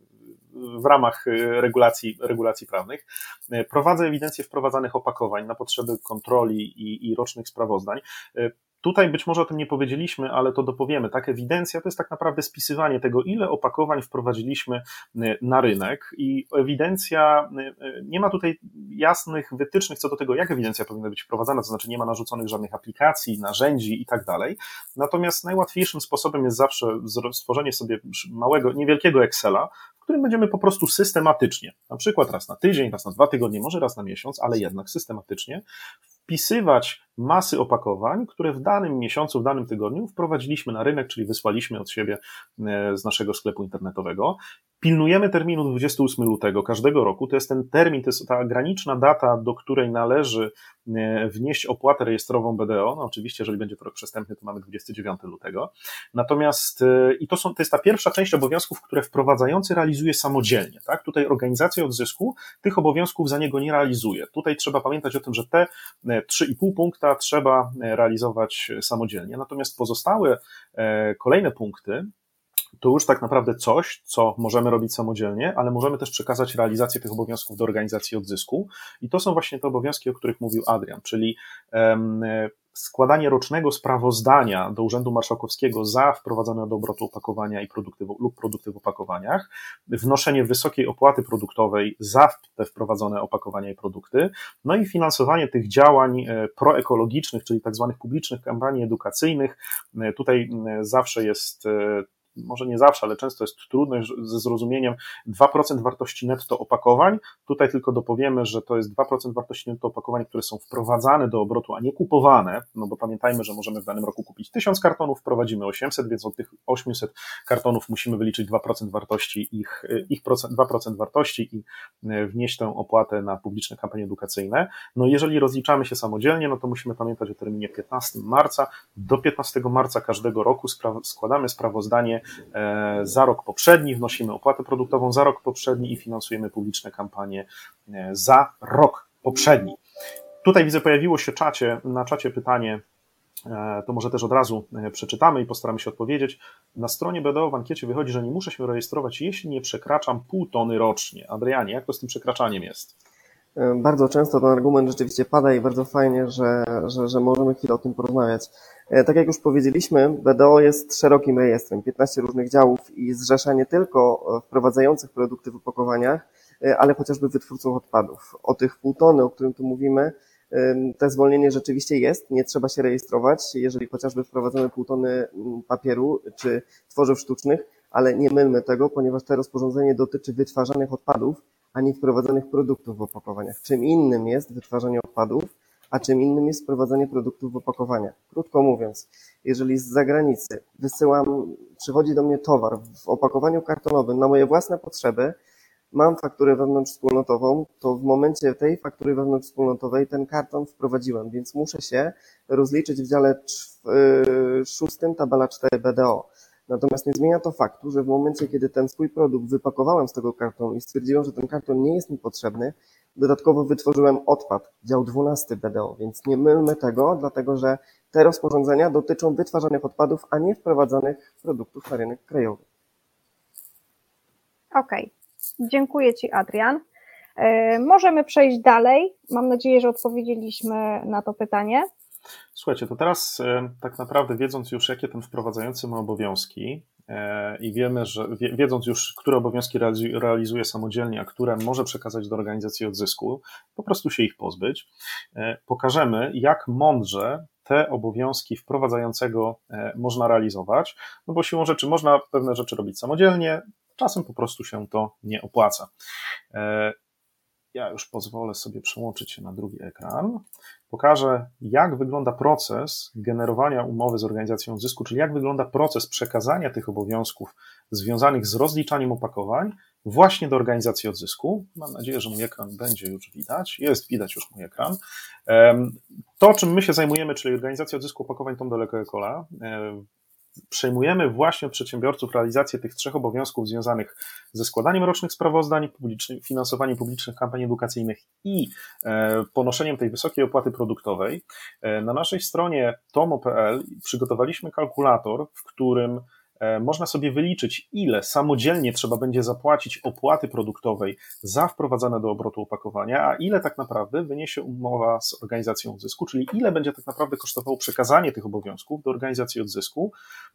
w ramach regulacji prawnych. Prowadzę ewidencję wprowadzanych opakowań na potrzeby kontroli i rocznych sprawozdań. Tutaj być może o tym nie powiedzieliśmy, ale to dopowiemy. Tak, ewidencja to jest tak naprawdę spisywanie tego, ile opakowań wprowadziliśmy na rynek i ewidencja, nie ma tutaj jasnych wytycznych co do tego, jak ewidencja powinna być wprowadzana, to znaczy nie ma narzuconych żadnych aplikacji, narzędzi i tak dalej. Natomiast najłatwiejszym sposobem jest zawsze stworzenie sobie niewielkiego Excela, w którym będziemy po prostu systematycznie, na przykład raz na tydzień, raz na 2 tygodnie, może raz na miesiąc, ale jednak systematycznie wpisywać masy opakowań, które w danym miesiącu, w danym tygodniu wprowadziliśmy na rynek, czyli wysłaliśmy od siebie z naszego sklepu internetowego. Pilnujemy terminu 28 lutego każdego roku, to jest ten termin, to jest ta graniczna data, do której należy wnieść opłatę rejestrową BDO, no oczywiście, jeżeli będzie to rok przestępny, to mamy 29 lutego, natomiast to jest ta pierwsza część obowiązków, które wprowadzający realizuje samodzielnie, tak? Tutaj organizacja odzysku tych obowiązków za niego nie realizuje, tutaj trzeba pamiętać o tym, że te 3,5 punkta trzeba realizować samodzielnie, natomiast pozostałe kolejne punkty to już tak naprawdę coś, co możemy robić samodzielnie, ale możemy też przekazać realizację tych obowiązków do organizacji odzysku i to są właśnie te obowiązki, o których mówił Adrian, czyli składanie rocznego sprawozdania do Urzędu Marszałkowskiego za wprowadzone do obrotu opakowania i produkty w opakowaniach, wnoszenie wysokiej opłaty produktowej za te wprowadzone opakowania i produkty, no i finansowanie tych działań proekologicznych, czyli tak zwanych publicznych kampanii edukacyjnych. Tutaj zawsze jest, może nie zawsze, ale często jest trudność ze zrozumieniem 2% wartości netto opakowań. Tutaj tylko dopowiemy, że to jest 2% wartości netto opakowań, które są wprowadzane do obrotu, a nie kupowane, no bo pamiętajmy, że możemy w danym roku kupić 1000 kartonów, wprowadzimy 800, więc od tych 800 kartonów musimy wyliczyć 2% wartości, ich 2% wartości i wnieść tę opłatę na publiczne kampanie edukacyjne. No jeżeli rozliczamy się samodzielnie, no to musimy pamiętać o terminie 15 marca. Do 15 marca każdego roku składamy sprawozdanie za rok poprzedni, wnosimy opłatę produktową za rok poprzedni i finansujemy publiczne kampanie za rok poprzedni. Tutaj widzę, pojawiło się na czacie pytanie, to może też od razu przeczytamy i postaramy się odpowiedzieć. Na stronie BDO w ankiecie wychodzi, że nie muszę się rejestrować, jeśli nie przekraczam 0,5 tony rocznie. Adrianie, jak to z tym przekraczaniem jest? Bardzo często ten argument rzeczywiście pada i bardzo fajnie, że możemy chwilę o tym porozmawiać. Tak jak już powiedzieliśmy, BDO jest szerokim rejestrem, 15 różnych działów i zrzesza nie tylko wprowadzających produkty w opakowaniach, ale chociażby wytwórców odpadów. O tych 0,5 tony, o którym tu mówimy, to zwolnienie rzeczywiście jest, nie trzeba się rejestrować, jeżeli chociażby wprowadzamy 0,5 tony papieru czy tworzyw sztucznych, ale nie mylmy tego, ponieważ to rozporządzenie dotyczy wytwarzanych odpadów, a nie wprowadzanych produktów w opakowaniach. Czym innym jest wytwarzanie odpadów, a czym innym jest wprowadzanie produktów w opakowaniach. Krótko mówiąc, jeżeli z zagranicy przychodzi do mnie towar w opakowaniu kartonowym na moje własne potrzeby, mam fakturę wewnątrzwspólnotową, to w momencie tej faktury wewnątrzwspólnotowej ten karton wprowadziłem, więc muszę się rozliczyć w dziale 6 tabela 4 BDO. Natomiast nie zmienia to faktu, że w momencie, kiedy ten swój produkt wypakowałem z tego kartonu i stwierdziłem, że ten karton nie jest mi potrzebny, dodatkowo wytworzyłem odpad, dział 12 BDO, więc nie mylmy tego, dlatego że te rozporządzenia dotyczą wytwarzanych odpadów, a nie wprowadzanych produktów na rynek krajowy. Okej. Dziękuję Ci, Adrian. Możemy przejść dalej. Mam nadzieję, że odpowiedzieliśmy na to pytanie. Słuchajcie, to teraz tak naprawdę wiedząc już, jakie ten wprowadzający ma obowiązki i wiedząc już, które obowiązki realizuje samodzielnie, a które może przekazać do organizacji odzysku, po prostu się ich pozbyć, pokażemy, jak mądrze te obowiązki wprowadzającego można realizować, no bo siłą rzeczy można pewne rzeczy robić samodzielnie, czasem po prostu się to nie opłaca. Ja już pozwolę sobie przełączyć się na drugi ekran. Pokażę, jak wygląda proces generowania umowy z organizacją zysku, czyli jak wygląda proces przekazania tych obowiązków związanych z rozliczaniem opakowań właśnie do organizacji odzysku. Mam nadzieję, że mój ekran będzie już widać. Jest widać już mój ekran. To, czym my się zajmujemy, czyli organizacja odzysku opakowań Tom Daleko Ekola, przejmujemy właśnie od przedsiębiorców realizację tych 3 obowiązków związanych ze składaniem rocznych sprawozdań, finansowaniem publicznych kampanii edukacyjnych i ponoszeniem tej wysokiej opłaty produktowej. Na naszej stronie tomo.pl przygotowaliśmy kalkulator, w którym można sobie wyliczyć, ile samodzielnie trzeba będzie zapłacić opłaty produktowej za wprowadzane do obrotu opakowania, a ile tak naprawdę wyniesie umowa z organizacją odzysku, czyli ile będzie tak naprawdę kosztowało przekazanie tych obowiązków do organizacji odzysku.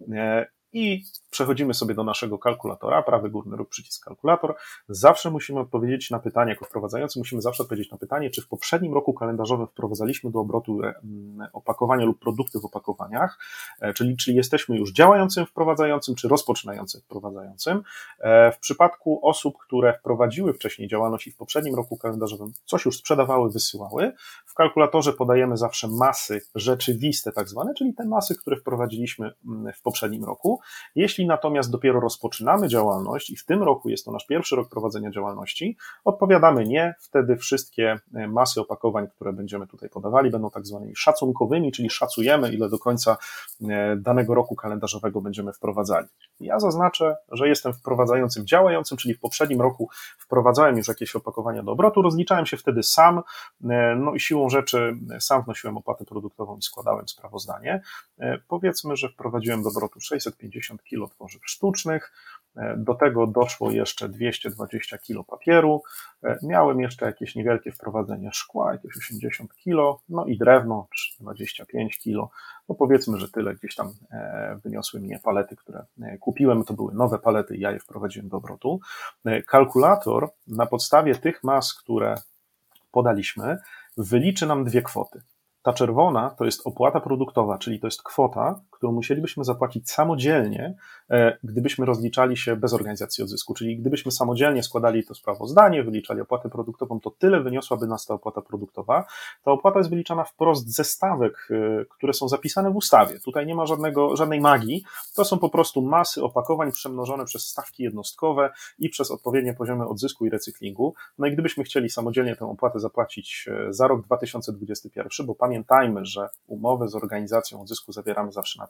I przechodzimy sobie do naszego kalkulatora, prawy górny róg przycisk kalkulator. Zawsze musimy odpowiedzieć na pytanie, jako wprowadzający musimy zawsze odpowiedzieć na pytanie, czy w poprzednim roku kalendarzowym wprowadzaliśmy do obrotu opakowania lub produkty w opakowaniach, czyli jesteśmy już działającym wprowadzającym, czy rozpoczynającym wprowadzającym. W przypadku osób, które wprowadziły wcześniej działalność i w poprzednim roku kalendarzowym coś już sprzedawały, wysyłały, w kalkulatorze podajemy zawsze masy rzeczywiste tak zwane, czyli te masy, które wprowadziliśmy w poprzednim roku. Jeśli natomiast dopiero rozpoczynamy działalność i w tym roku jest to nasz pierwszy rok prowadzenia działalności, odpowiadamy nie, wtedy wszystkie masy opakowań, które będziemy tutaj podawali, będą tak zwanymi szacunkowymi, czyli szacujemy, ile do końca danego roku kalendarzowego będziemy wprowadzali. Ja zaznaczę, że jestem wprowadzającym działającym, czyli w poprzednim roku wprowadzałem już jakieś opakowania do obrotu, rozliczałem się wtedy sam, no i siłą rzeczy sam wnosiłem opłatę produktową i składałem sprawozdanie. Powiedzmy, że wprowadziłem do obrotu 650 kg tworzyw sztucznych, do tego doszło jeszcze 220 kg papieru, miałem jeszcze jakieś niewielkie wprowadzenie szkła, jakieś 80 kg, no i drewno 25 kg, no powiedzmy, że tyle gdzieś tam wyniosły mnie palety, które kupiłem, to były nowe palety i ja je wprowadziłem do obrotu. Kalkulator na podstawie tych mas, które podaliśmy, wyliczy nam 2 kwoty. Ta czerwona to jest opłata produktowa, czyli to jest kwota, którą musielibyśmy zapłacić samodzielnie, gdybyśmy rozliczali się bez organizacji odzysku, czyli gdybyśmy samodzielnie składali to sprawozdanie, wyliczali opłatę produktową, to tyle wyniosłaby nas ta opłata produktowa. Ta opłata jest wyliczana wprost ze stawek, które są zapisane w ustawie. Tutaj nie ma żadnej magii, to są po prostu masy opakowań przemnożone przez stawki jednostkowe i przez odpowiednie poziomy odzysku i recyklingu. No i gdybyśmy chcieli samodzielnie tę opłatę zapłacić za rok 2021, bo pamiętajmy, że umowę z organizacją odzysku zawieramy zawsze na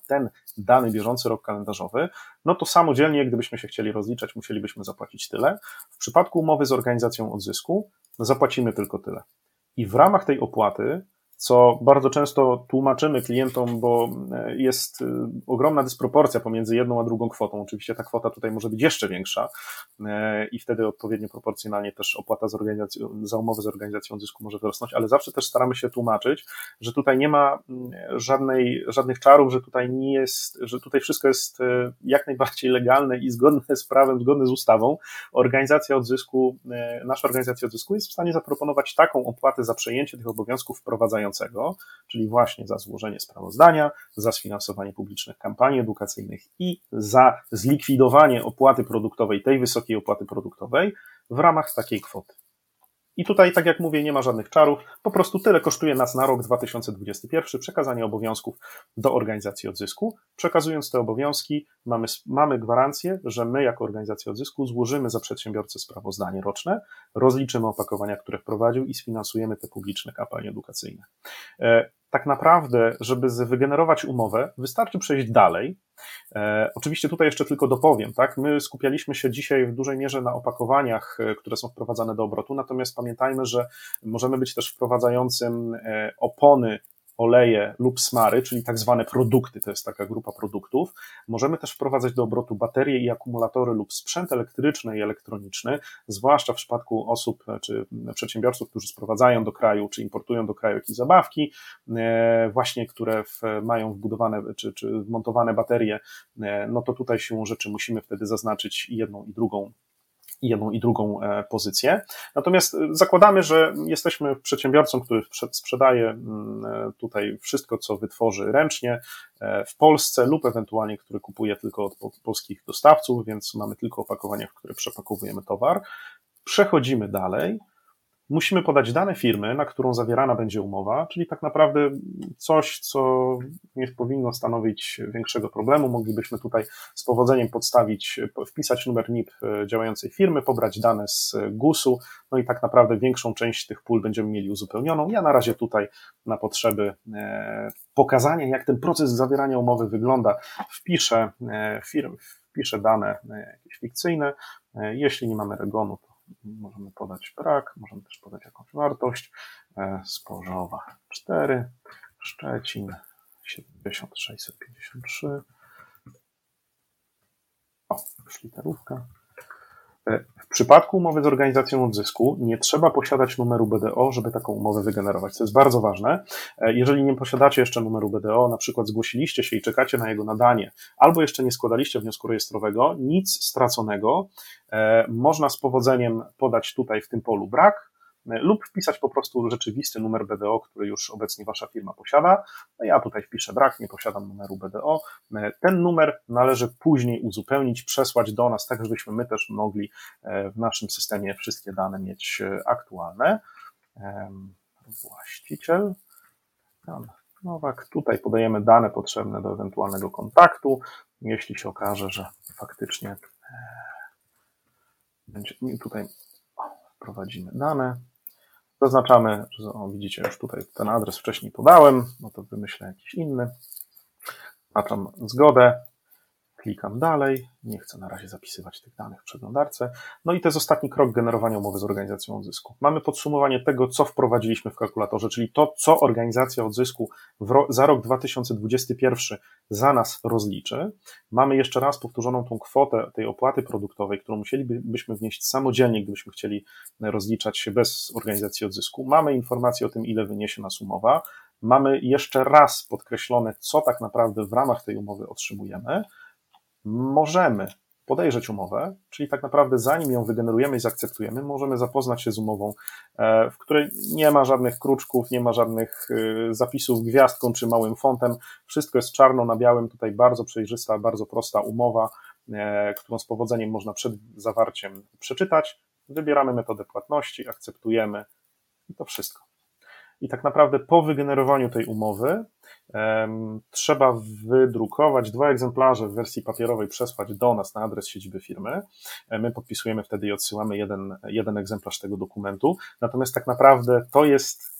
ten dany bieżący rok kalendarzowy, no to samodzielnie, gdybyśmy się chcieli rozliczać, musielibyśmy zapłacić tyle. W przypadku umowy z organizacją odzysku zapłacimy tylko tyle. I w ramach tej opłaty, co bardzo często tłumaczymy klientom, bo jest ogromna dysproporcja pomiędzy jedną a drugą kwotą. Oczywiście ta kwota tutaj może być jeszcze większa i wtedy odpowiednio proporcjonalnie też opłata za umowę z organizacją odzysku może wzrosnąć, ale zawsze też staramy się tłumaczyć, że tutaj nie ma żadnych czarów, że tutaj wszystko jest jak najbardziej legalne i zgodne z prawem, zgodne z ustawą. Nasza organizacja odzysku jest w stanie zaproponować taką opłatę za przejęcie tych obowiązków wprowadzającego, czyli właśnie za złożenie sprawozdania, za sfinansowanie publicznych kampanii edukacyjnych i za zlikwidowanie opłaty produktowej, tej wysokiej opłaty produktowej w ramach takiej kwoty. I tutaj, tak jak mówię, nie ma żadnych czarów, po prostu tyle kosztuje nas na rok 2021 przekazanie obowiązków do organizacji odzysku. Przekazując te obowiązki, mamy gwarancję, że my jako organizacja odzysku złożymy za przedsiębiorcę sprawozdanie roczne, rozliczymy opakowania, które wprowadził i sfinansujemy te publiczne kampanie edukacyjne. Tak naprawdę, żeby wygenerować umowę, wystarczy przejść dalej. Oczywiście tutaj jeszcze tylko dopowiem, tak? My skupialiśmy się dzisiaj w dużej mierze na opakowaniach, które są wprowadzane do obrotu, natomiast pamiętajmy, że możemy być też wprowadzającym opony, oleje lub smary, czyli tak zwane produkty, to jest taka grupa produktów. Możemy też wprowadzać do obrotu baterie i akumulatory lub sprzęt elektryczny i elektroniczny, zwłaszcza w przypadku osób czy przedsiębiorców, którzy sprowadzają do kraju czy importują do kraju jakieś zabawki, właśnie które mają wbudowane czy wmontowane baterie, no to tutaj siłą rzeczy musimy wtedy zaznaczyć jedną i drugą pozycję. Natomiast zakładamy, że jesteśmy przedsiębiorcą, który sprzedaje tutaj wszystko, co wytworzy ręcznie w Polsce lub ewentualnie, który kupuje tylko od polskich dostawców, więc mamy tylko opakowania, w które przepakowujemy towar. Przechodzimy dalej. Musimy podać dane firmy, na którą zawierana będzie umowa, czyli tak naprawdę coś, co nie powinno stanowić większego problemu. Moglibyśmy tutaj z powodzeniem wpisać numer NIP działającej firmy, pobrać dane z GUS-u, no i tak naprawdę większą część tych pól będziemy mieli uzupełnioną. Ja na razie tutaj na potrzeby pokazania, jak ten proces zawierania umowy wygląda, wpiszę dane jakieś fikcyjne. Jeśli nie mamy REGON-u, to możemy podać brak, możemy też podać jakąś wartość. Spożowa 4, Szczecin 70653. Już literówka. W przypadku umowy z organizacją odzysku nie trzeba posiadać numeru BDO, żeby taką umowę wygenerować. To jest bardzo ważne. Jeżeli nie posiadacie jeszcze numeru BDO, na przykład zgłosiliście się i czekacie na jego nadanie, albo jeszcze nie składaliście wniosku rejestrowego, nic straconego. Można z powodzeniem podać tutaj w tym polu brak lub wpisać po prostu rzeczywisty numer BDO, który już obecnie wasza firma posiada. No ja tutaj wpiszę brak, nie posiadam numeru BDO. Ten numer należy później uzupełnić, przesłać do nas, tak żebyśmy my też mogli w naszym systemie wszystkie dane mieć aktualne. Właściciel, Jan Nowak, tutaj podajemy dane potrzebne do ewentualnego kontaktu. Jeśli się okaże, że faktycznie będzie, tutaj wprowadzimy dane. Zaznaczamy, że widzicie, już tutaj ten adres wcześniej podałem, no to wymyślę jakiś inny. Zaznaczam zgodę, klikam dalej, nie chcę na razie zapisywać tych danych w przeglądarce. No i to jest ostatni krok generowania umowy z organizacją odzysku. Mamy podsumowanie tego, co wprowadziliśmy w kalkulatorze, czyli to, co organizacja odzysku za rok 2021 za nas rozliczy. Mamy jeszcze raz powtórzoną tą kwotę tej opłaty produktowej, którą musielibyśmy wnieść samodzielnie, gdybyśmy chcieli rozliczać się bez organizacji odzysku. Mamy informację o tym, ile wyniesie nas umowa. Mamy jeszcze raz podkreślone, co tak naprawdę w ramach tej umowy otrzymujemy. Możemy podejrzeć umowę, czyli tak naprawdę zanim ją wygenerujemy i zaakceptujemy, możemy zapoznać się z umową, w której nie ma żadnych kruczków, nie ma żadnych zapisów gwiazdką czy małym fontem, wszystko jest czarno na białym, tutaj bardzo przejrzysta, bardzo prosta umowa, którą z powodzeniem można przed zawarciem przeczytać, wybieramy metodę płatności, akceptujemy i to wszystko. I tak naprawdę po wygenerowaniu tej umowy trzeba wydrukować 2 egzemplarze w wersji papierowej, przesłać do nas na adres siedziby firmy. My podpisujemy wtedy i odsyłamy jeden egzemplarz tego dokumentu. Natomiast tak naprawdę to jest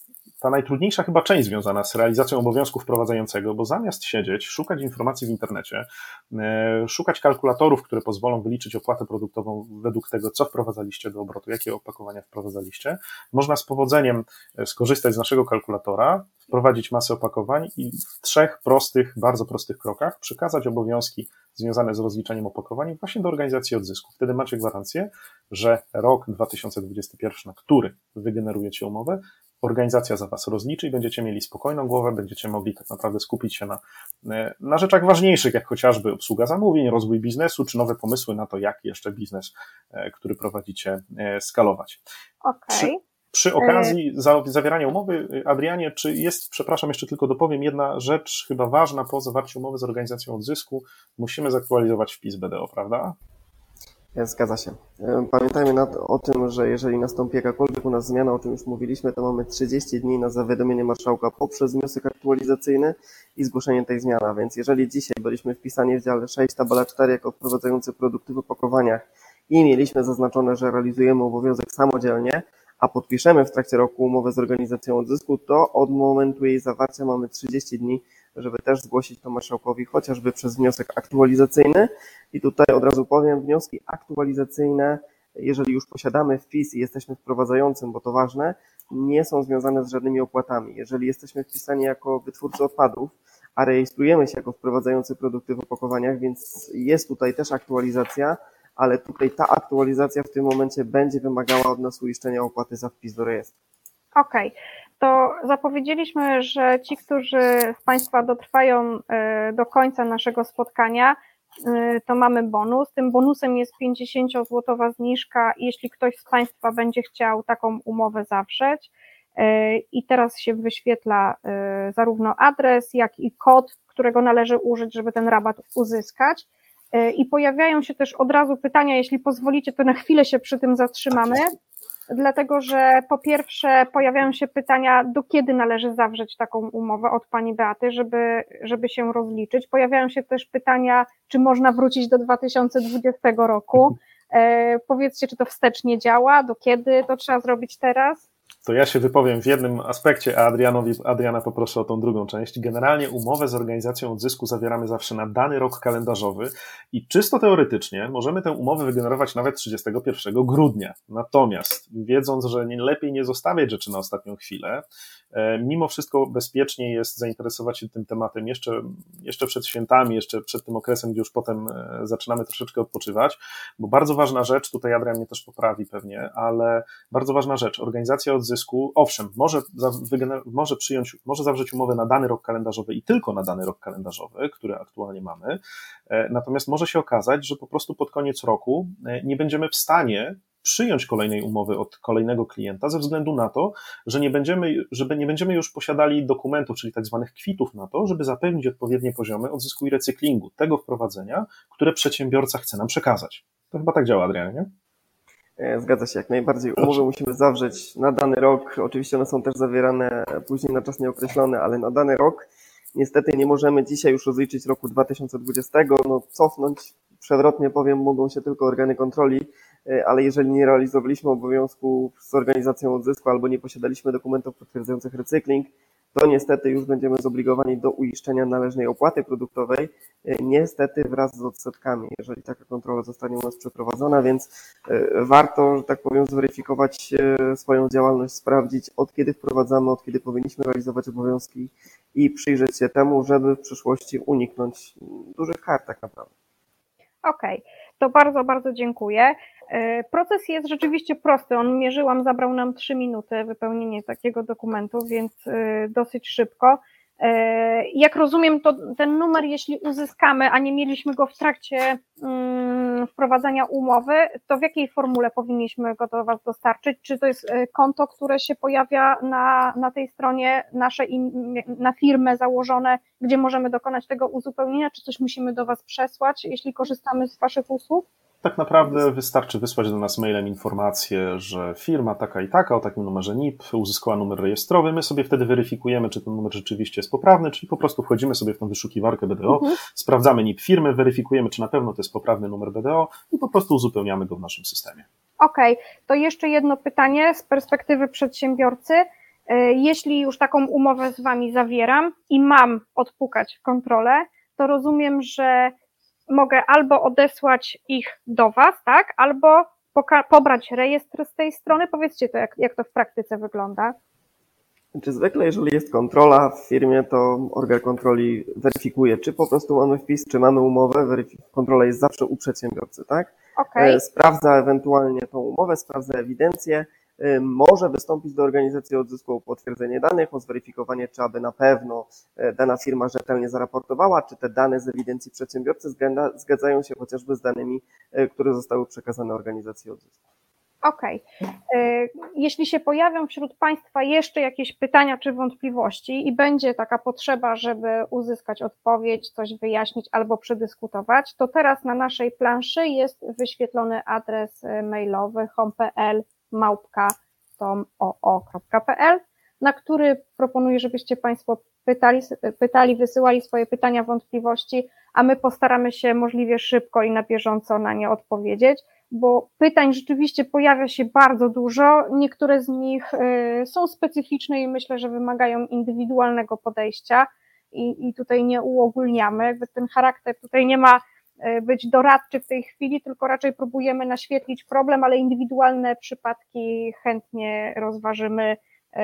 ta najtrudniejsza chyba część związana z realizacją obowiązku wprowadzającego, bo zamiast siedzieć, szukać informacji w internecie, szukać kalkulatorów, które pozwolą wyliczyć opłatę produktową według tego, co wprowadzaliście do obrotu, jakie opakowania wprowadzaliście, można z powodzeniem skorzystać z naszego kalkulatora, wprowadzić masę opakowań i w 3 prostych, bardzo prostych krokach przekazać obowiązki związane z rozliczeniem opakowań właśnie do organizacji odzysku. Wtedy macie gwarancję, że rok 2021, na który wygenerujecie umowę, organizacja za was rozliczy i będziecie mieli spokojną głowę, będziecie mogli tak naprawdę skupić się na rzeczach ważniejszych, jak chociażby obsługa zamówień, rozwój biznesu, czy nowe pomysły na to, jak jeszcze biznes, który prowadzicie, skalować. Okej. Przy okazji zawierania umowy, Adrianie, czy jest, przepraszam, jeszcze tylko dopowiem, jedna rzecz chyba ważna, po zawarciu umowy z organizacją odzysku musimy zaktualizować wpis BDO, prawda? Zgadza się. Pamiętajmy o tym, że jeżeli nastąpi jakakolwiek u nas zmiana, o czym już mówiliśmy, to mamy 30 dni na zawiadomienie marszałka poprzez wniosek aktualizacyjny i zgłoszenie tej zmiany. Więc jeżeli dzisiaj byliśmy wpisani w dziale 6, tabela 4 jako wprowadzający produkty w opakowaniach i mieliśmy zaznaczone, że realizujemy obowiązek samodzielnie, a podpiszemy w trakcie roku umowę z organizacją odzysku, to od momentu jej zawarcia mamy 30 dni, żeby też zgłosić to marszałkowi, chociażby przez wniosek aktualizacyjny. I tutaj od razu powiem, wnioski aktualizacyjne, jeżeli już posiadamy wpis i jesteśmy wprowadzającym, bo to ważne, nie są związane z żadnymi opłatami. Jeżeli jesteśmy wpisani jako wytwórcy odpadów, a rejestrujemy się jako wprowadzający produkty w opakowaniach, więc jest tutaj też aktualizacja, ale tutaj ta aktualizacja w tym momencie będzie wymagała od nas uiszczenia opłaty za wpis do rejestru. Okej. To zapowiedzieliśmy, że ci, którzy z Państwa dotrwają do końca naszego spotkania, to mamy bonus. Tym bonusem jest 50-złotowa zniżka, jeśli ktoś z Państwa będzie chciał taką umowę zawrzeć. I teraz się wyświetla zarówno adres, jak i kod, którego należy użyć, żeby ten rabat uzyskać. I pojawiają się też od razu pytania, jeśli pozwolicie, to na chwilę się przy tym zatrzymamy, dlatego że po pierwsze pojawiają się pytania, do kiedy należy zawrzeć taką umowę od Pani Beaty, żeby się rozliczyć. Pojawiają się też pytania, czy można wrócić do 2020 roku. Powiedzcie, czy to wstecznie działa, do kiedy to trzeba zrobić teraz? To ja się wypowiem w jednym aspekcie, a Adriana poproszę o tą drugą część. Generalnie umowę z organizacją odzysku zawieramy zawsze na dany rok kalendarzowy i czysto teoretycznie możemy tę umowę wygenerować nawet 31 grudnia. Natomiast wiedząc, że lepiej nie zostawiać rzeczy na ostatnią chwilę, mimo wszystko bezpiecznie jest zainteresować się tym tematem jeszcze przed świętami, jeszcze przed tym okresem, gdzie już potem zaczynamy troszeczkę odpoczywać, bo bardzo ważna rzecz, tutaj Adrian mnie też poprawi pewnie, ale bardzo ważna rzecz, organizacja odzysku, owszem, może zawrzeć umowę na dany rok kalendarzowy i tylko na dany rok kalendarzowy, który aktualnie mamy, natomiast może się okazać, że po prostu pod koniec roku nie będziemy w stanie przyjąć kolejnej umowy od kolejnego klienta ze względu na to, że nie będziemy już posiadali dokumentów, czyli tak zwanych kwitów na to, żeby zapewnić odpowiednie poziomy odzysku i recyklingu tego wprowadzenia, które przedsiębiorca chce nam przekazać. To chyba tak działa, Adrian, nie? Zgadza się, jak najbardziej. Umowy musimy zawrzeć na dany rok. Oczywiście one są też zawierane później na czas nieokreślony, ale na dany rok. Niestety nie możemy dzisiaj już rozliczyć roku 2020, cofnąć, przewrotnie powiem, mogą się tylko organy kontroli, ale jeżeli nie realizowaliśmy obowiązku z organizacją odzysku albo nie posiadaliśmy dokumentów potwierdzających recykling, to niestety już będziemy zobligowani do uiszczenia należnej opłaty produktowej, niestety wraz z odsetkami, jeżeli taka kontrola zostanie u nas przeprowadzona, więc warto, że tak powiem, zweryfikować swoją działalność, sprawdzić, od kiedy wprowadzamy, od kiedy powinniśmy realizować obowiązki i przyjrzeć się temu, żeby w przyszłości uniknąć dużych kar tak naprawdę. Okej, to bardzo, bardzo dziękuję. Proces jest rzeczywiście prosty. Zabrał nam 3 minuty wypełnienie takiego dokumentu, więc dosyć szybko. Jak rozumiem, to ten numer, jeśli uzyskamy, a nie mieliśmy go w trakcie wprowadzania umowy, to w jakiej formule powinniśmy go do Was dostarczyć? Czy to jest konto, które się pojawia na tej stronie naszej, na firmę założone, gdzie możemy dokonać tego uzupełnienia, czy coś musimy do Was przesłać, jeśli korzystamy z Waszych usług? Tak naprawdę wystarczy wysłać do nas mailem informację, że firma taka i taka o takim numerze NIP uzyskała numer rejestrowy. My sobie wtedy weryfikujemy, czy ten numer rzeczywiście jest poprawny, czyli po prostu wchodzimy sobie w tą wyszukiwarkę BDO, sprawdzamy NIP firmy, weryfikujemy, czy na pewno to jest poprawny numer BDO i po prostu uzupełniamy go w naszym systemie. Okej, to jeszcze jedno pytanie z perspektywy przedsiębiorcy. Jeśli już taką umowę z Wami zawieram i mam odpukać kontrolę, to rozumiem, że mogę albo odesłać ich do Was, tak, albo pobrać rejestr z tej strony. Powiedzcie to, jak to w praktyce wygląda. Znaczy zwykle, jeżeli jest kontrola w firmie, to organ kontroli weryfikuje, czy po prostu mamy wpis, czy mamy umowę. Kontrola jest zawsze u przedsiębiorcy, tak? Okay. Sprawdza ewentualnie tą umowę, sprawdza ewidencję, może wystąpić do organizacji odzysku o potwierdzenie danych, o zweryfikowanie, czy aby na pewno dana firma rzetelnie zaraportowała, czy te dane z ewidencji przedsiębiorcy zgadzają się chociażby z danymi, które zostały przekazane organizacji odzysku. Okej. Jeśli się pojawią wśród Państwa jeszcze jakieś pytania czy wątpliwości i będzie taka potrzeba, żeby uzyskać odpowiedź, coś wyjaśnić albo przedyskutować, to teraz na naszej planszy jest wyświetlony adres mailowy home.pl@tom.oo.pl, na który proponuję, żebyście Państwo pytali, wysyłali swoje pytania, wątpliwości, a my postaramy się możliwie szybko i na bieżąco na nie odpowiedzieć, bo pytań rzeczywiście pojawia się bardzo dużo, niektóre z nich są specyficzne i myślę, że wymagają indywidualnego podejścia i tutaj nie uogólniamy, jakby ten charakter tutaj nie ma być doradczy w tej chwili, tylko raczej próbujemy naświetlić problem, ale indywidualne przypadki chętnie rozważymy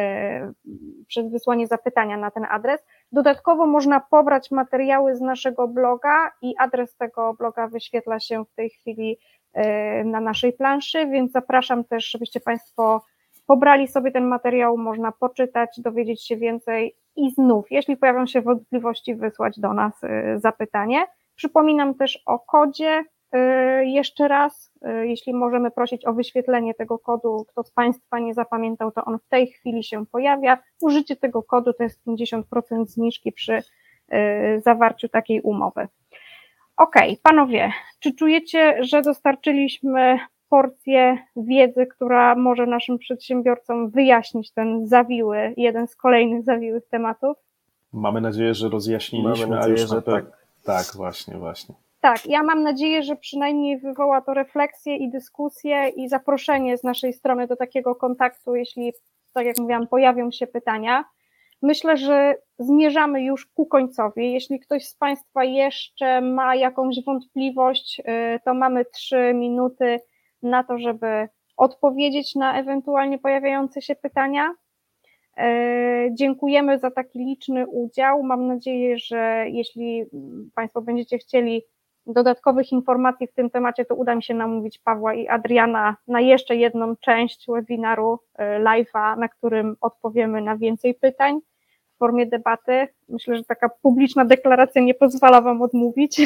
przez wysłanie zapytania na ten adres. Dodatkowo można pobrać materiały z naszego bloga i adres tego bloga wyświetla się w tej chwili na naszej planszy, więc zapraszam też, żebyście Państwo pobrali sobie ten materiał, można poczytać, dowiedzieć się więcej i znów, jeśli pojawią się wątpliwości, wysłać do nas zapytanie. Przypominam też o kodzie jeszcze raz, jeśli możemy prosić o wyświetlenie tego kodu, kto z Państwa nie zapamiętał, to on w tej chwili się pojawia. Użycie tego kodu to jest 50% zniżki przy zawarciu takiej umowy. Okej, panowie, czy czujecie, że dostarczyliśmy porcję wiedzy, która może naszym przedsiębiorcom wyjaśnić ten zawiły, jeden z kolejnych zawiłych tematów? Mamy nadzieję, że rozjaśniliśmy, Mamy nadzieję, że tak. Tak, właśnie. Tak, ja mam nadzieję, że przynajmniej wywoła to refleksję i dyskusję i zaproszenie z naszej strony do takiego kontaktu, jeśli, tak jak mówiłam, pojawią się pytania. Myślę, że zmierzamy już ku końcowi. Jeśli ktoś z Państwa jeszcze ma jakąś wątpliwość, to mamy 3 minuty na to, żeby odpowiedzieć na ewentualnie pojawiające się pytania. Dziękujemy za taki liczny udział. Mam nadzieję, że jeśli Państwo będziecie chcieli dodatkowych informacji w tym temacie, to uda mi się namówić Pawła i Adriana na jeszcze jedną część webinaru live'a, na którym odpowiemy na więcej pytań w formie debaty. Myślę, że taka publiczna deklaracja nie pozwala Wam odmówić.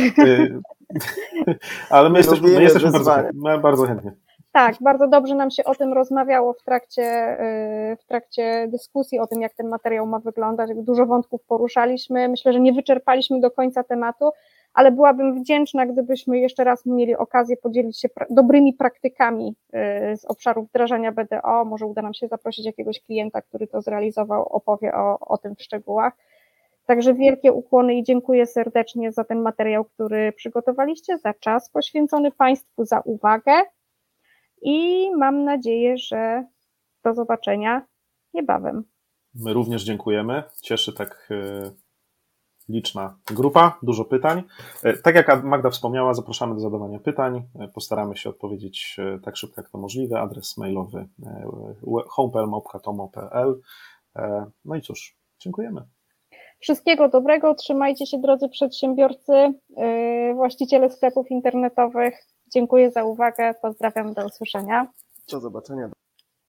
Ale my jesteśmy bardzo chętnie. Tak, bardzo dobrze nam się o tym rozmawiało w trakcie dyskusji o tym, jak ten materiał ma wyglądać. Dużo wątków poruszaliśmy. Myślę, że nie wyczerpaliśmy do końca tematu, ale byłabym wdzięczna, gdybyśmy jeszcze raz mieli okazję podzielić się dobrymi praktykami z obszaru wdrażania BDO. Może uda nam się zaprosić jakiegoś klienta, który to zrealizował, opowie o tym w szczegółach. Także wielkie ukłony i dziękuję serdecznie za ten materiał, który przygotowaliście, za czas poświęcony Państwu, za uwagę i mam nadzieję, że do zobaczenia niebawem. My również dziękujemy. Cieszy tak liczna grupa, dużo pytań. Tak jak Magda wspomniała, zapraszamy do zadawania pytań. Postaramy się odpowiedzieć tak szybko, jak to możliwe. Adres mailowy home.pl. No i cóż, dziękujemy. Wszystkiego dobrego, trzymajcie się drodzy przedsiębiorcy, właściciele sklepów internetowych. Dziękuję za uwagę, pozdrawiam, do usłyszenia. Do zobaczenia.